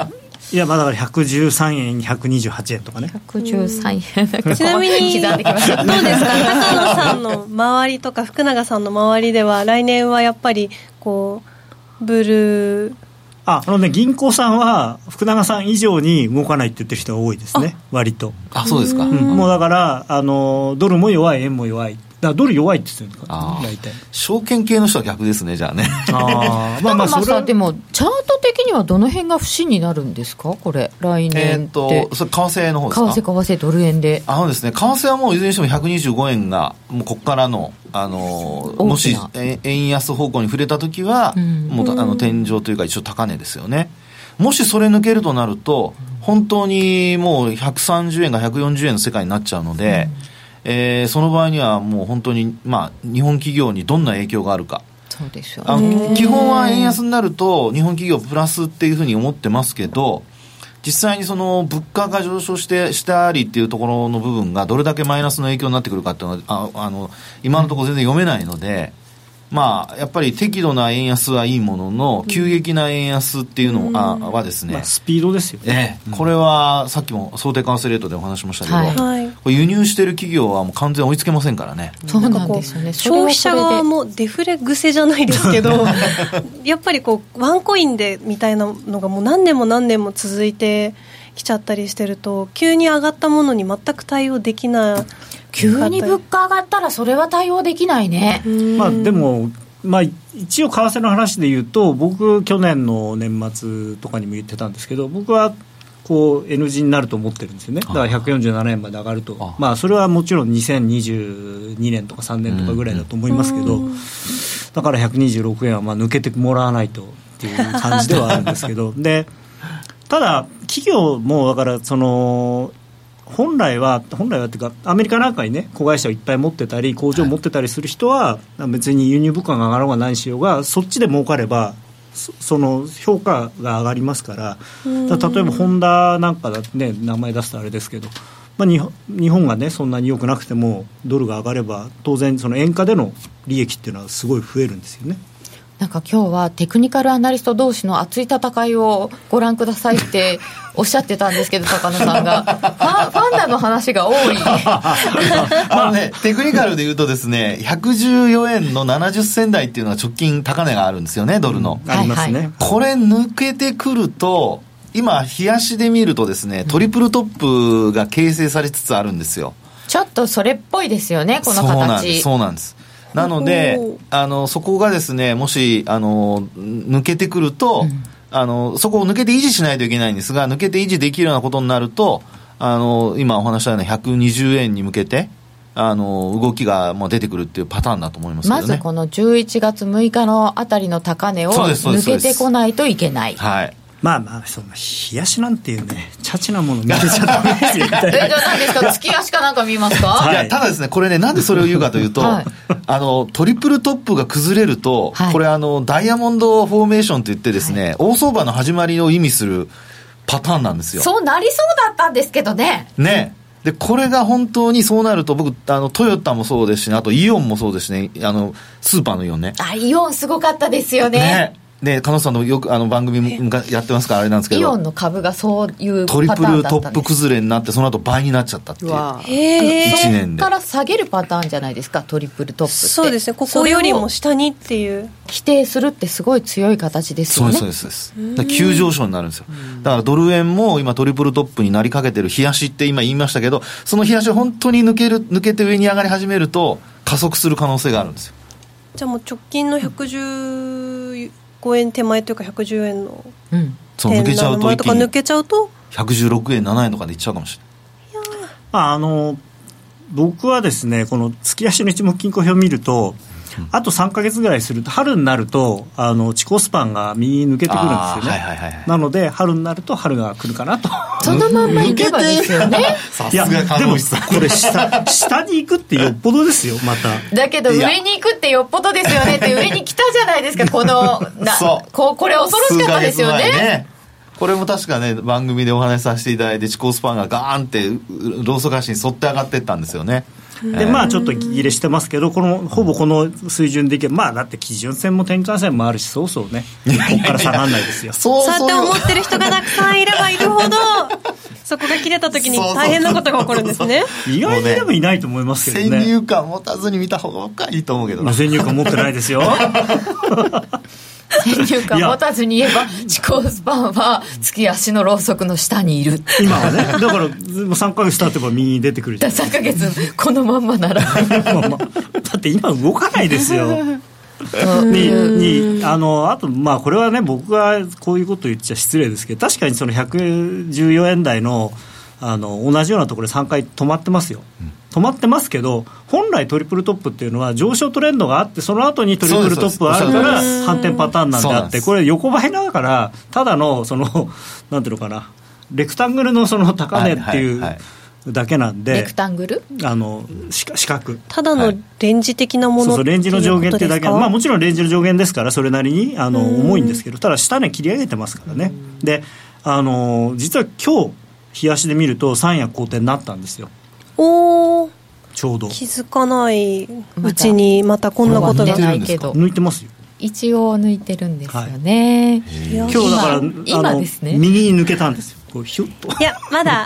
いや、だから113円128円とかね。 113円ちなみに刻んできました。 どうですか、高野さんの周りとか福永さんの周りでは来年はやっぱりこうブルーね、銀行さんは福永さん以上に動かないって言ってる人が多いですね、割と。 そうですか。 もうだからドルも弱い、円も弱い。だからドル弱いって言ってるんですか、大体。 証券系の人は逆ですね、じゃあね。 でもチャート的にはどの辺が節になるんですか、これ来年って。 それ為替の方ですか。 為替ドル円で。 ですね、為替はもういずれにしても125円がもうここからのもし円安方向に触れたときは、もう天井というか一応高値ですよね。もしそれ抜けるとなると本当にもう130円が140円の世界になっちゃうので、その場合にはもう本当に、日本企業にどんな影響があるか。 そうですよね。 基本は円安になると日本企業プラスっていうふうに思ってますけど、実際にその物価が上昇したりっていうところの部分がどれだけマイナスの影響になってくるかっていうのは今のところ全然読めないので、やっぱり適度な円安はいいものの、急激な円安っていうのはですね、 スピードですよね。 これはさっきも想定為替レートでお話しましたけど、これ輸入してる企業はもう完全に追いつけませんからね。 そうなんですよね。 消費者側もデフレ癖じゃないですけどやっぱりワンコインでみたいなのがもう何年も何年も続いてきちゃったりしてると、急に上がったものに全く対応できない。 急に物価上がったらそれは対応できないね。 でも、一応為替の話で言うと、僕去年の年末とかにも言ってたんですけど、僕はこう N 字になると思ってるんですよね。だから147円まで上がると、それはもちろん2022年とか3年とかぐらいだと思いますけど、だから126円は抜けてもらわないとっていう感じではあるんですけどで、ただ企業もだから本来はっていうか、アメリカなんかにね、子会社をいっぱい持ってたり工場を持ってたりする人は、別に輸入物価が上がろうが何しようがそっちで儲かればその評価が上がりますから、例えばホンダなんかだってね、名前出すとあれですけど、日本がねそんなに良くなくてもドルが上がれば当然その円価での利益っていうのはすごい増えるんですよね。 なんか今日はテクニカルアナリスト同士の熱い戦いをご覧くださいっておっしゃってたんですけど、高野さんがファンダの話が多いテクニカルで言うとですね、114円の70銭台っていうのが直近高値があるんですよね、ドルの。 ありますね。 これ抜けてくると、今冷やしで見るとですね、トリプルトップが形成されつつあるんですよ。 ちょっとそれっぽいですよね、この形。 そうなんです。なのでそこがですね、もし抜けてくると、そこを抜けて維持しないといけないんですが、抜けて維持できるようなことになると今お話したような120円に向けて動きがもう出てくるっていうパターンだと思いますけどね。 まずこの11月6日のあたりの高値を抜けてこないといけない。 はい。 そんな冷やしなんていうね、チャチなもの見てちゃダメですよ。 じゃあ何ですか、月足かなんか見ますか？ いや、ただですね、これね、なんでそれを言うかというと、トリプルトップが崩れると、これダイヤモンドフォーメーションといってですね、大相場の始まりを意味するパターンなんですよ。 そうなりそうだったんですけどね。 でこれが本当にそうなると、僕トヨタもそうですし、あとイオンもそうですしね、スーパーのイオンね。 イオンすごかったですよね。 で加納さんのよく番組もやってますからあれなんですけど、 イオンの株がそういうパターンだったんです。 トリプルトップ崩れになって、その後倍になっちゃったっていう1年で。 そこから下げるパターンじゃないですか、トリプルトップって。 そうですね、ここよりも下にっていう否定するってすごい強い形ですよね。 そうです。急上昇になるんですよ。だからドル円も今トリプルトップになりかけてる冷やしって今言いましたけど、その冷やしを本当に抜けて上に上がり始めると加速する可能性があるんですよ。 じゃあもう直近の115円手前というか110円の抜けちゃうと一気に抜けちゃうと 116円7円とかでいっちゃうかもしれない。僕はですね、この月足の一目均衡表を見ると、あと3ヶ月ぐらいすると、春になると地高スパンが右に抜けてくるんですよね。なので春になると春が来るかなと。 そのまんまいけばですよね。 さすが加納さん。 これ下に行くってよっぽどですよ。まただけど上に行くってよっぽどですよねって上に来たじゃないですか。これ恐ろしかったですよね。 これも確かね番組でお話しさせていただいて地高スパンがガーンってローソク足に沿って上がっていったんですよね。 でまあちょっと息切れしてますけど、ほぼこの水準でいけば、まあだって基準線も転換線もあるし、そうそうねここから下がらないですよ。 そうやって思ってる人がたくさんいればいるほどそこが切れた時に大変なことが起こるんですね。 意外にでもいないと思いますけどね。 先入観持たずに見た方がいいと思うけどな。 先入観持ってないですよ先入観持たずに言えば地高スパンは月足のろうそくの下にいる。 今はね、だから3ヶ月経てば右に出てくるじゃん。 3ヶ月このまんまならだって今動かないですよあとまあこれはね、僕がこういうこと言っちゃ失礼ですけど、確かにその114円台の同じようなところで3回止まってますよ、止まってますけど、本来トリプルトップっていうのは上昇トレンドがあってその後にトリプルトップがあるから反転パターンなんであって、これ横ばいだからただのなんていうのかな、レクタングルのその高値っていうだけなんで、 レクタングル四角ただのレンジ的なもの、 そうレンジの上限ってだけ、まあもちろんレンジの上限ですからそれなりに重いんですけど、ただ下値切り上げてますからね。で実は今日日足で見ると三役好転になったんですよ。 おー、 ちょうど気づかないうちにまたこんなことが抜いてますよ。 一応抜いてるんですよね、 今日だから今ですね、 右に抜けたんですよ、こうヒュッと。 いやまだ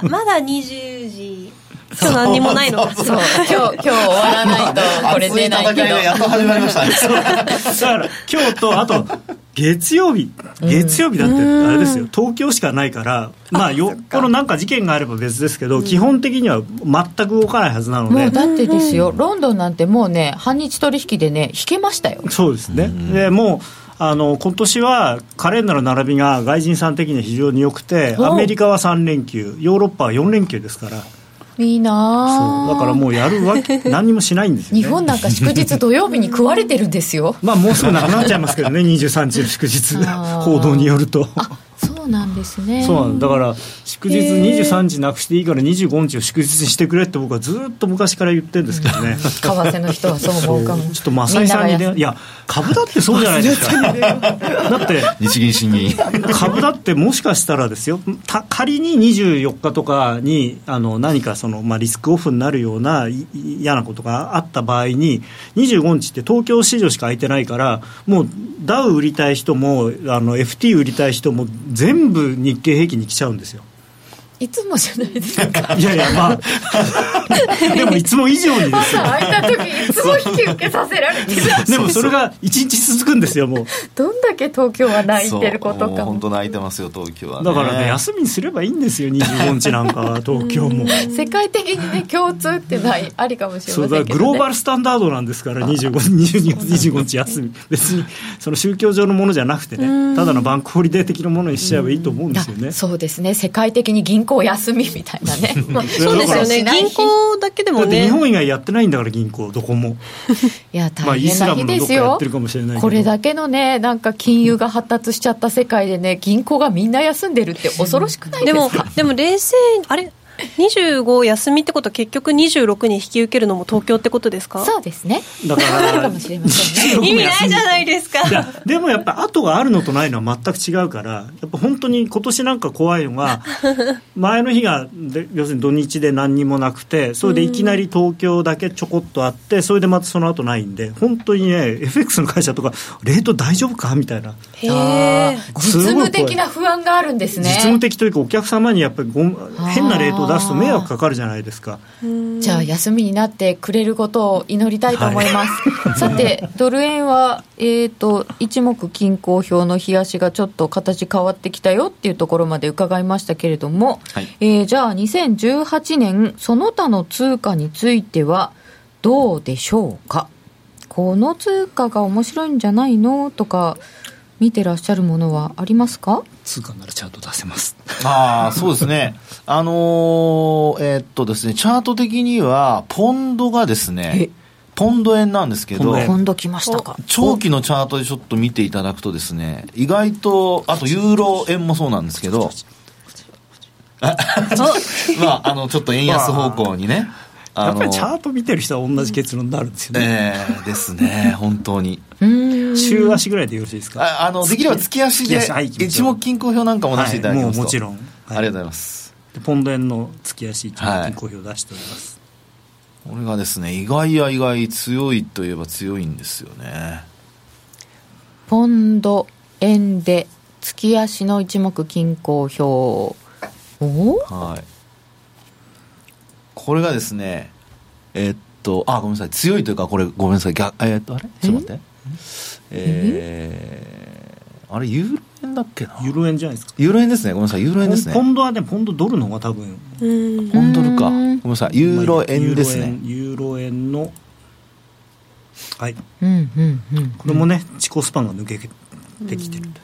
20時今日何にもないのか。 そう今日終わらないとこれ出ないけどやっと始まりましたねだから今日とあと月曜日だってあれですよ、東京しかないから、まあよっぽどなんか事件があれば別ですけど、基本的には全く動かないはずなので。 もうだってですよ、ロンドンなんてもうね半日取引でね引けましたよ。 そうですね、でもう今年はカレンダーの並びが外人さん的には非常に良くて、アメリカは3連休、ヨーロッパは4連休ですから。 いいな。 そうだからもうやるわけ何にもしないんですよね。 日本なんか祝日土曜日に食われてるんですよまあもうすぐなくなっちゃいますけどね23日の祝日報道によると。 そうなんですね。 そうなんだから祝日23日なくしていいから25日を祝日にしてくれって僕はずっと昔から言ってるんですけどね為替の人はそう思うかも。 ちょっと正井さんにいや株だってそうじゃないですかだって日銀審議株だってもしかしたらですよ、仮に24日とかに何かリスクオフになるような嫌なことがあった場合に25日って東京市場しか空いてないから、もうダウ売りたい人もFT 売りたい人も全部日経平均に来ちゃうんですよ。 いつもじゃないですか。 いやいやまあでもいつも以上にですよ。 朝開いた時いつも引き受けさせられてるでもそれが1日続くんですよ。もうどんだけ東京は泣いてることかも。 本当泣いてますよ東京は、ね、 だからね休みにすればいいんですよ25日なんかは東京も世界的にね共通ってないありかもしれませんけど、ね、 そうだグローバルスタンダードなんですから25日休み別にその宗教上のものじゃなくてね、ただのバンクホリデー的なものにしちゃえばいいと思うんですよね。 そうですね、世界的に銀行休みみたいなねそうですよね、銀行だけでもね、 だって日本以外やってないんだから銀行どこもいや大変な日ですよ、これだけのねなんか金融が発達しちゃった世界でね銀行がみんな休んでるって恐ろしくないですか。 でも冷静あれ25休みってことは結局26に引き受けるのも東京ってことですか。 そうですね、 だからかもしれませんね意味ないじゃないですか。 いやでもやっぱ後があるのとないのは全く違うから、やっぱ本当に今年なんか怖いのが前の日が要するに土日で何にもなくて、それでいきなり東京だけちょこっとあって、それでまたその後ないんで、本当にね FX の会社とかレート大丈夫かみたいな、 へ実務的な不安があるんですね。 実務的というかお客様にやっぱり変なレートを出すと迷惑かかるじゃないですか。 じゃあ休みになってくれることを祈りたいと思います、はい、さてドル円は、一目均衡表の日足がちょっと形変わってきたよっていうところまで伺いましたけれども、はい、じゃあ2018年その他の通貨についてはどうでしょうか。この通貨が面白いんじゃないのとか見てらっしゃるものはありますか。 通貨ならチャート出せます。 そうですね。ですね、チャート的にはポンドがですね、ポンド円なんですけど、 ポンド来ましたか。 長期のチャートでちょっと見ていただくとですね、意外とあとユーロ円もそうなんですけどちょっと円安方向にね、 やっぱりチャート見てる人は同じ結論になるんですよね。 ですね本当に週足ぐらいでよろしいですか。 できれば月足で一目均衡表なんかも出していただきますと、 もうもちろん、 ありがとうございます。 でポンド円の月足一目均衡表を出しております。 これがですね、意外や意外強いといえば強いんですよね。 ポンド円で月足の一目均衡表、 はい、これがですね、ごめんなさい、強いというか、これごめんなさい、あれちょっと待って、あれユーロ円だっけな。 ユーロ円じゃないですか。 ユーロ円ですね。ごめんなさい、ユーロ円ですね。 ポンドはね、ポンドドルの方が多分ポンドルか、ごめんなさい、ユーロ円ですね。 ユーロ円の、はい、これもね、地高スパンが抜けてきてると。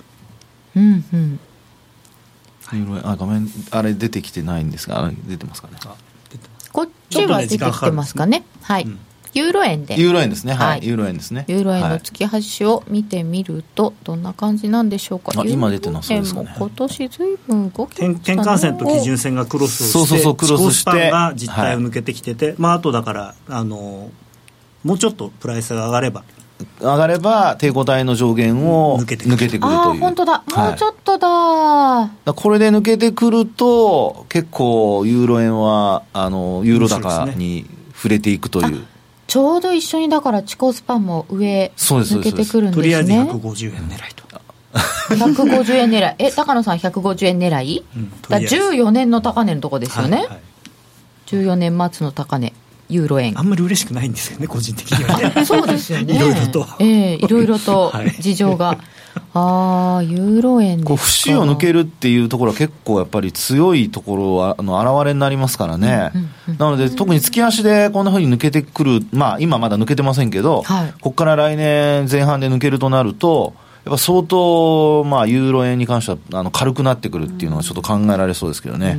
画面あれ出てきてないんですが、あれ出てますかね。 出てます。 こっちは出てきてますかね。はい、ユーロ円で、 ユーロ円ですね。はい、ユーロ円ですね。 ユーロ円の月足を見てみるとどんな感じなんでしょうか。 今出てなそうですかね。 今年ずいぶん動きましたね。 転換線と基準線がクロスをして、 クロスして、 地高スパンが実態を抜けてきてて、あとだからもうちょっとプライスが上がれば抵抗体の上限を抜けてくるという。 本当だ、もうちょっとだ。 これで抜けてくると結構ユーロ円はユーロ高に触れていくという。 ちょうど一緒にだから地高スパンも上抜けてくるんですね。 とりあえず150円狙いと。 150円狙い。高野さん150円狙い、だ14年の高値のとこですよね。14年末の高値ユーロ円。 あんまり嬉しくないんですよね、個人的にはね。 そうですよね。 いろいろと、 いろいろと事情が、ユーロ円ですか。 節を抜けるっていうところは結構やっぱり強いところは表れになりますからね。なので特に月足でこんな風に抜けてくる、今まだ抜けてませんけど、ここから来年前半で抜けるとなるとやっぱ相当ユーロ円に関しては軽くなってくるっていうのはちょっと考えられそうですけどね。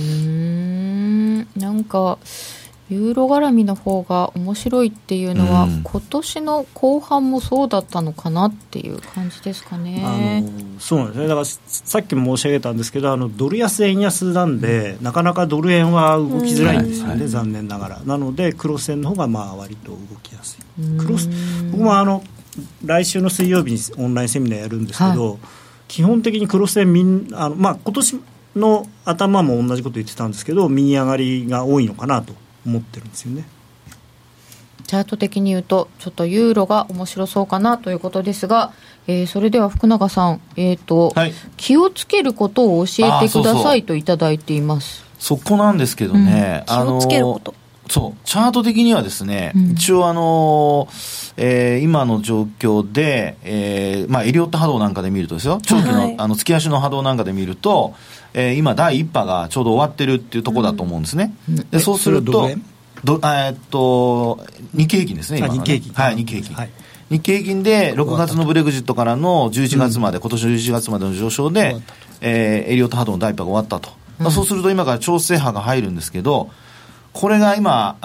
なんかユーロ絡みの方が面白いっていうのは、今年の後半もそうだったのかなっていう感じですかね。 そうなんですね。だからさっきも申し上げたんですけど、ドル安円安なんで、なかなかドル円は動きづらいんですよね、残念ながら。なのでクロス円の方が割と動きやすい。クロス、僕も来週の水曜日にオンラインセミナーやるんですけど、基本的にクロス円今年の頭も同じこと言ってたんですけど、右上がりが多いのかなと思ってるんですよね。 チャート的に言うとちょっとユーロが面白そうかなということですが、それでは福永さん、気をつけることを教えてくださいといただいています。 そこなんですけどね、 気をつけること、 そうチャート的にはですね、一応今の状況で、エリオット波動なんかで見るとですよ、長期の、月足の波動なんかで見ると、今第1波がちょうど終わってるっていうところだと思うんですね。でそうすると日経平均ですね、今のね。日経平均、日経平均で6月のブレグジットからの11月まで、今年の11月までの上昇で、エリオット波動の第1波が終わったと、そうすると今から調整波が入るんですけど、これが今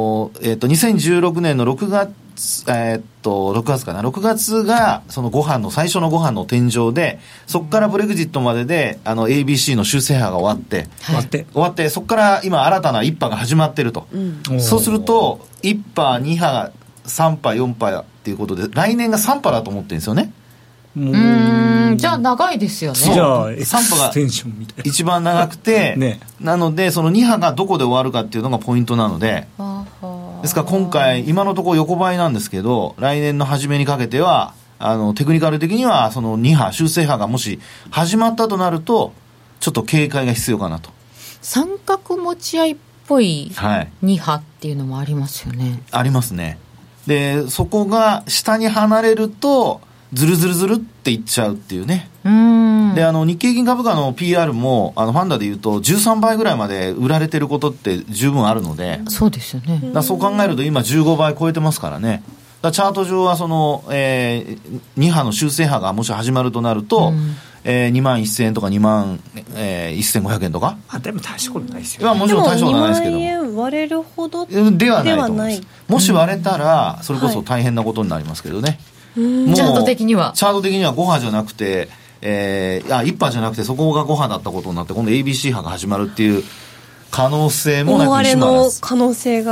2016年の6月かな、6月がその最初の5波の天井で、そこからブレグジットまででABC の修正波が終わって、そこから今新たな1波が始まってると、そうすると1波2波3波4波っていうことで、来年が3波だと思ってるんですよね。 じゃあ長いですよね。 じゃあ 3波が一番長くて、なのでその2波がどこで終わるかっていうのがポイントなので、ですから今回今のところ横ばいなんですけど、来年の初めにかけてはテクニカル的にはその2波修正波がもし始まったとなると、ちょっと警戒が必要かなと。 三角持ち合いっぽい2波っていうのもありますよね。 ありますね。でそこが下に離れるとずるずるずるっていっちゃうっていうね。で日経平均株価の PR もファンダでいうと13倍ぐらいまで売られてることって十分あるので、 そうですよね。 そう考えると今15倍超えてますからね。チャート上はその、2波の修正波がもし始まるとなると、2万1000円とか2万、1500円とか。 でも大したことないですよ、ね。 もちろん大したことないですけども。 2万円割れるほどではないと思います。もし割れたらそれこそ大変なことになりますけどね。 チャート的には 5波じゃなくて、1波じゃなくてそこが5波だったことになって、今度 ABC 波が始まるっていう可能性もなく大荒れの可能性が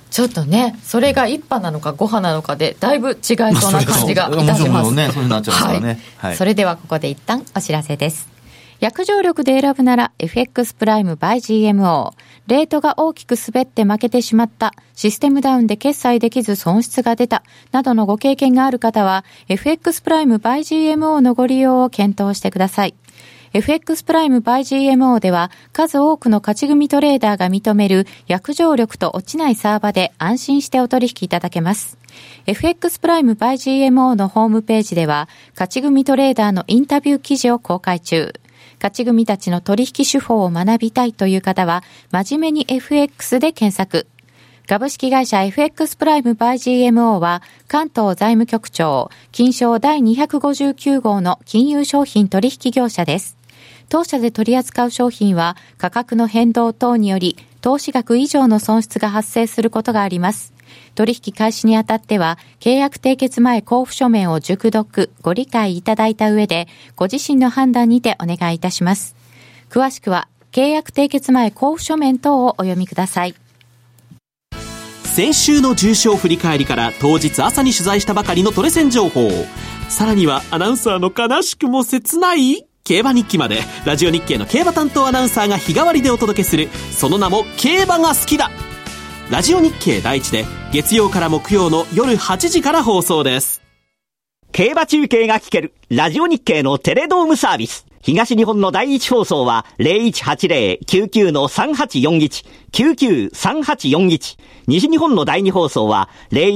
ちょっとね、それが1波なのか5波なのかでだいぶ違いそうな感じがいたします。 ね、そうなっちゃいますからね。 はい。それではここで一旦お知らせです。約定力で選ぶなら FX プライム by GMO。レートが大きく滑って負けてしまった、システムダウンで決済できず損失が出たなどのご経験がある方は FX プライム by GMO のご利用を検討してください。FX プライム by GMO では数多くの勝ち組トレーダーが認める約定力と落ちないサーバで安心してお取引いただけます。FX プライム by GMO のホームページでは勝ち組トレーダーのインタビュー記事を公開中。勝ち組たちの取引手法を学びたいという方は真面目に FX で検索。株式会社 FX プライム by GMO は関東財務局長金商第259号の金融商品取引業者です。当社で取り扱う商品は価格の変動等により投資額以上の損失が発生することがあります。取引開始にあたっては契約締結前交付書面を熟読ご理解いただいた上でご自身の判断にてお願いいたします。詳しくは契約締結前交付書面等をお読みください。 先週の重賞振り返りから当日朝に取材したばかりのトレセン情報、さらにはアナウンサーの悲しくも切ない競馬日記まで、ラジオ日経の競馬担当アナウンサーが日替わりでお届けする、その名も競馬が好きだ。ラジオ日経第一で月曜から木曜の夜8時から放送です。 競馬中継が聞けるラジオ日経のテレドームサービス。東日本の第一放送は 0180-99-3841 99-3841。西日本の第二放送は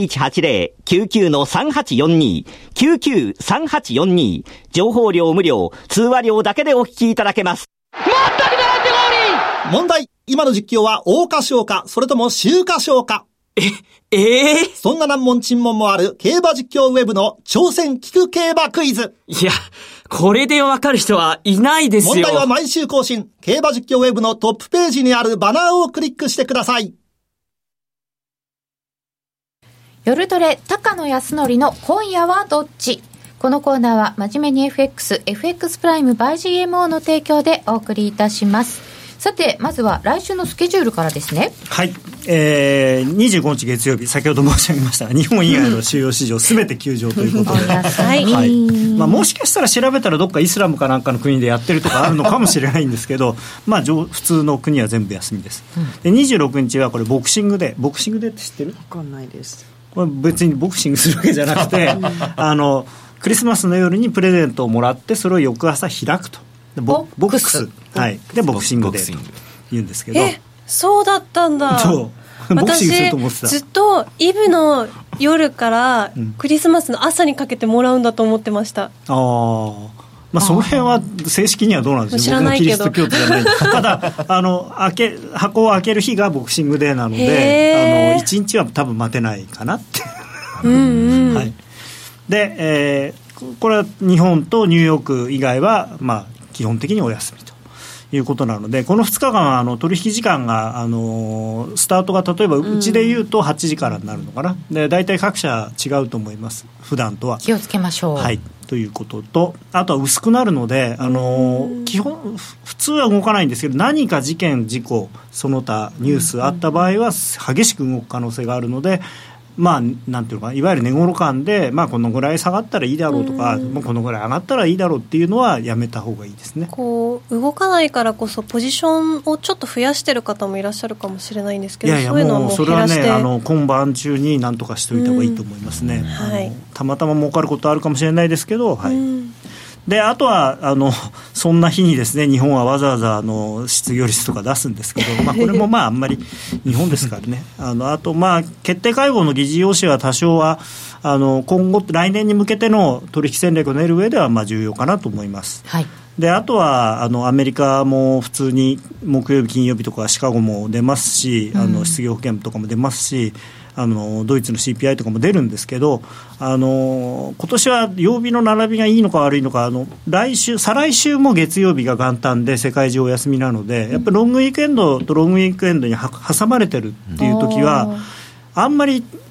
0180-99-3842 99-3842。情報量無料、通話料だけでお聞きいただけます。 全く並んでゴール。問題。今の実況は桜花賞か、それとも秋華賞か。そんな難問珍問もある競馬実況ウェブの挑戦聞く競馬クイズ。 いや、これでわかる人はいないですよ。 問題は毎週更新。競馬実況ウェブのトップページにあるバナーをクリックしてください。 夜トレ高野康則の今夜はどっち。このコーナーは真面目に FX プライム by GMO の提供でお送りいたします。さてまずは来週のスケジュールからですね。 はい、25日月曜日、先ほど申し上げました日本以外の主要市場すべて休場ということで、はいまあ、もしかしたら調べたらどっかイスラムかなんかの国でやってるとかあるのかもしれないんですけどまあ普通の国は全部休みです、で26日はこれボクシングデー。ボクシングデーって知ってる？ 分かんないです。 これ別にボクシングするわけじゃなくてクリスマスの夜にプレゼントをもらってそれを翌朝開くと。ボックス、はい、でボクシングデーと言うんですけど、 そうだったんだ。 そうボクシングすると思ってた。 私ずっとイブの夜からクリスマスの朝にかけてもらうんだと思ってました。 まあ、その辺は正式にはどうなんでしょう。僕もキリスト教徒じゃないただ箱を開ける日がボクシングデーなので1日は多分待てないかなってはい、で、これは日本とニューヨーク以外はまあ基本的にお休みということなので、この2日間は取引時間がスタートが例えばうちでいうと8時からになるのかな。で大体各社違うと思います。普段とは気をつけましょう、 はい、ということと、あとは薄くなるので基本普通は動かないんですけど、何か事件事故その他ニュースあった場合は激しく動く可能性があるので、まあ、なんていうのか、いわゆる値頃感で、まあ、このぐらい下がったらいいだろうとか、もうこのぐらい上がったらいいだろうっていうのはやめた方がいいですね。 こう動かないからこそポジションをちょっと増やしてる方もいらっしゃるかもしれないんですけど、そういうのはもう減らして、それはね今晩中に何とかしておいた方がいいと思いますね、はい、たまたま儲かることあるかもしれないですけど、はい、であとはそんな日にですね、日本はわざわざ失業率とか出すんですけど、まあ、これもまああんまり日本ですからねあとまあ決定会合の議事要旨は多少は今後来年に向けての取引戦略を練る上ではまあ重要かなと思います、はい、であとはアメリカも普通に木曜日金曜日とかシカゴも出ますし、失業保険とかも出ますし、ドイツの CPI とかも出るんですけど、今年は曜日の並びがいいのか悪いのか、再来週も月曜日が元旦で世界中お休みなので、やっぱりロングウィークエンドとロングウィークエンドに挟まれてるっていう時はあんまり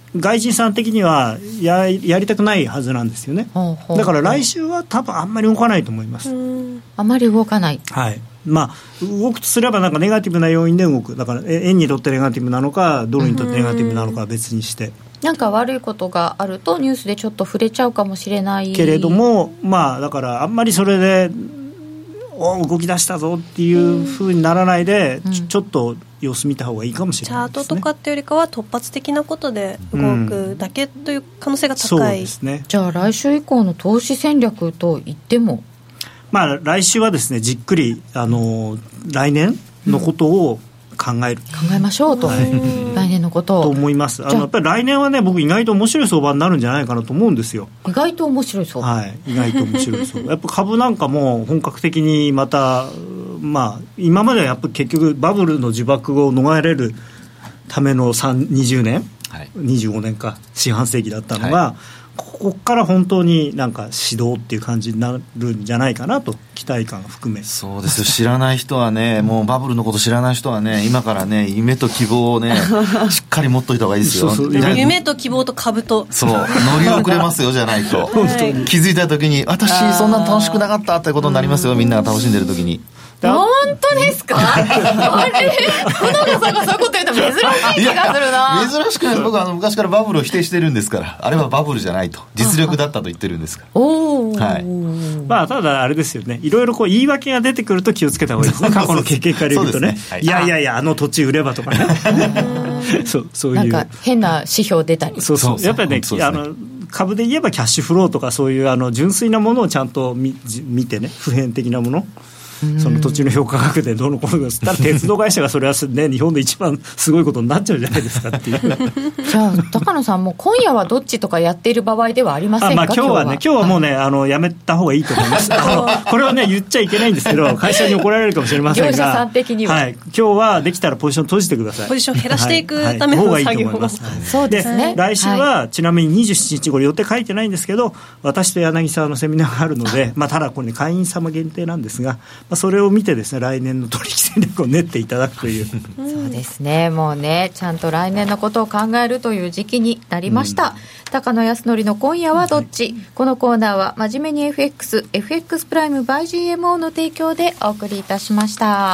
外人さん的にはやりたくないはずなんですよね。だから来週は多分あんまり動かないと思います。 あまり動かない、 はい。まあ、動くとすればなんかネガティブな要因で動く。だから円にとってネガティブなのかドルにとってネガティブなのかは別にして、 なんか悪いことがあるとニュースでちょっと触れちゃうかもしれないけれども、まあだからあんまりそれで動き出したぞっていう風にならないで、ちょっと様子見た方がいいかもしれないですね。 チャートとかっていうよりかは突発的なことで動くだけという可能性が高い、 そうですね。 じゃあ来週以降の投資戦略といっても、 まあ、来週はですねじっくり来年のことを考えましょうと、来年のことをと思います。やっぱり来年はね僕意外と面白い相場になるんじゃないかなと思うんですよ。 意外と面白い相場、 はい、意外と面白い相場やっぱ株なんかも本格的にまた、まあ、今まではやっぱり結局バブルの呪縛を逃れるための20年、はい、25年か四半世紀だったのが、ここから本当になんか指導っていう感じになるんじゃないかなと期待感を含め。 そうですよ。知らない人はねもうバブルのこと知らない人はね今からね夢と希望をねしっかり持っといた方がいいですよ。 夢と希望と株とそう乗り遅れますよじゃないと、気づいた時に私そんな楽しくなかったってことになりますよ。みんなが楽しんでる時に。 本当ですかあれ福永さんがそういうこと言うの珍しい気がするな。 珍しくない。僕は昔からバブルを否定してるんですから。あれはバブルじゃないと実力だったと言ってるんですから。はい。 まあただあれですよね、いろいろこう言い訳が出てくると気をつけた方がいいですね。過去の経験から言うとね、いやいや土地売ればとかねそういうなんか変な指標出たり、 そうやっぱりね株で言えばキャッシュフローとかそういう純粋なものをちゃんと見てね、普遍的なもの、その土地の評価額でどうのこうのしたら鉄道会社がそれはね日本で一番すごいことになっちゃうじゃないですかっていうじゃあ高野さんも今夜はどっちとかやっている場合ではありませんか。 まあ、今日はもうねやめた方がいいと思いますこれはね言っちゃいけないんですけど会社に怒られるかもしれませんが、 業者さん的には、 はい、今日はできたらポジション閉じてください。 ポジション減らしていくための作業を、 そうですね。 来週はちなみに27日これ予定書いてないんですけど私と柳沢のセミナーがあるので、まあ、ただこれね会員様限定なんですが、まあ、それを見てですね来年の取引戦略を練っていただくというそうですね。もうねちゃんと来年のことを考えるという時期になりました、高野康則の今夜はどっち、このコーナーは真面目に FX プライム by GMO の提供でお送りいたしました。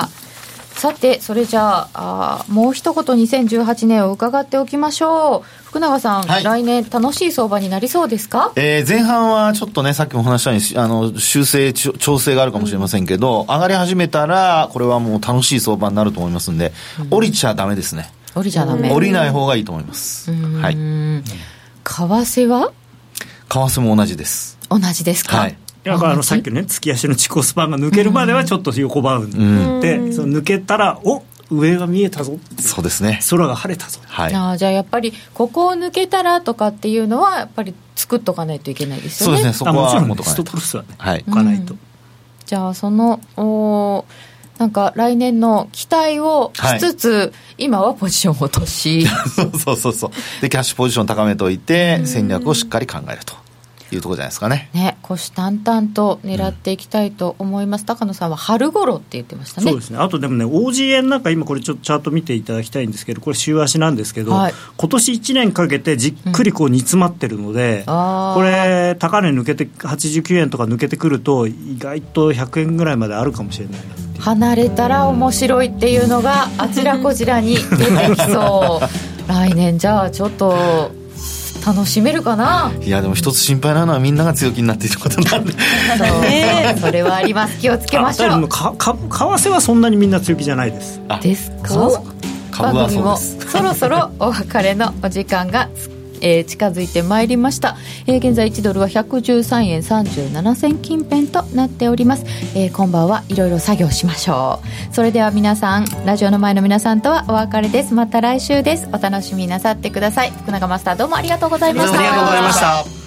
さてそれじゃあもう一言2018年を伺っておきましょう。福永さん、来年楽しい相場になりそうですか。 前半はちょっとねさっきも話したように修正調整があるかもしれませんけど、上がり始めたらこれはもう楽しい相場になると思いますんで、降りちゃダメですね。 降りちゃダメ。 降りない方がいいと思います。はい。 為替は？ 為替も同じです。 同じですか。はい。 だからさっきのね月足の地高スパンが抜けるまではちょっと横ばうで、その抜けたら上が見えたぞ、 そうですね、 空が晴れたぞ、 はい、じゃあやっぱりここを抜けたらとかっていうのはやっぱり作っとかないといけないですよね。 そうですね、そこはもちろん、ね、ストップロスはね、はい、置かないと、 じゃあそのなんか来年の期待をしつつ、今はポジションを落としそうでキャッシュポジション高めておいて戦略をしっかり考えるというところじゃないですかね。 虎視眈々と狙っていきたいと思います。高野さんは春頃って言ってましたね。 そうですね。あとでもね OG 円なんか今これちょっとチャート見ていただきたいんですけど、これ週足なんですけど、今年1年かけてじっくりこう煮詰まってるので、これ高値抜けて89円とか抜けてくると意外と100円ぐらいまであるかもしれないなっていう。 離れたら面白いっていうのがあちらこちらに出てきそう来年じゃあちょっと楽しめるかな。 いやでも一つ心配なのはみんなが強気になっていることなんでそれはあります。気をつけましょう。 為替はそんなにみんな強気じゃないです。 ですか。 株はそうです。 そろそろお別れのお時間が近づいてまいりました。現在1ドルは113円37銭近辺となっております。今晩はいろいろ作業しましょう。それでは皆さん、ラジオの前の皆さんとはお別れです。また来週です。お楽しみなさってください。福永マスターどうもありがとうございました。 ありがとうございました。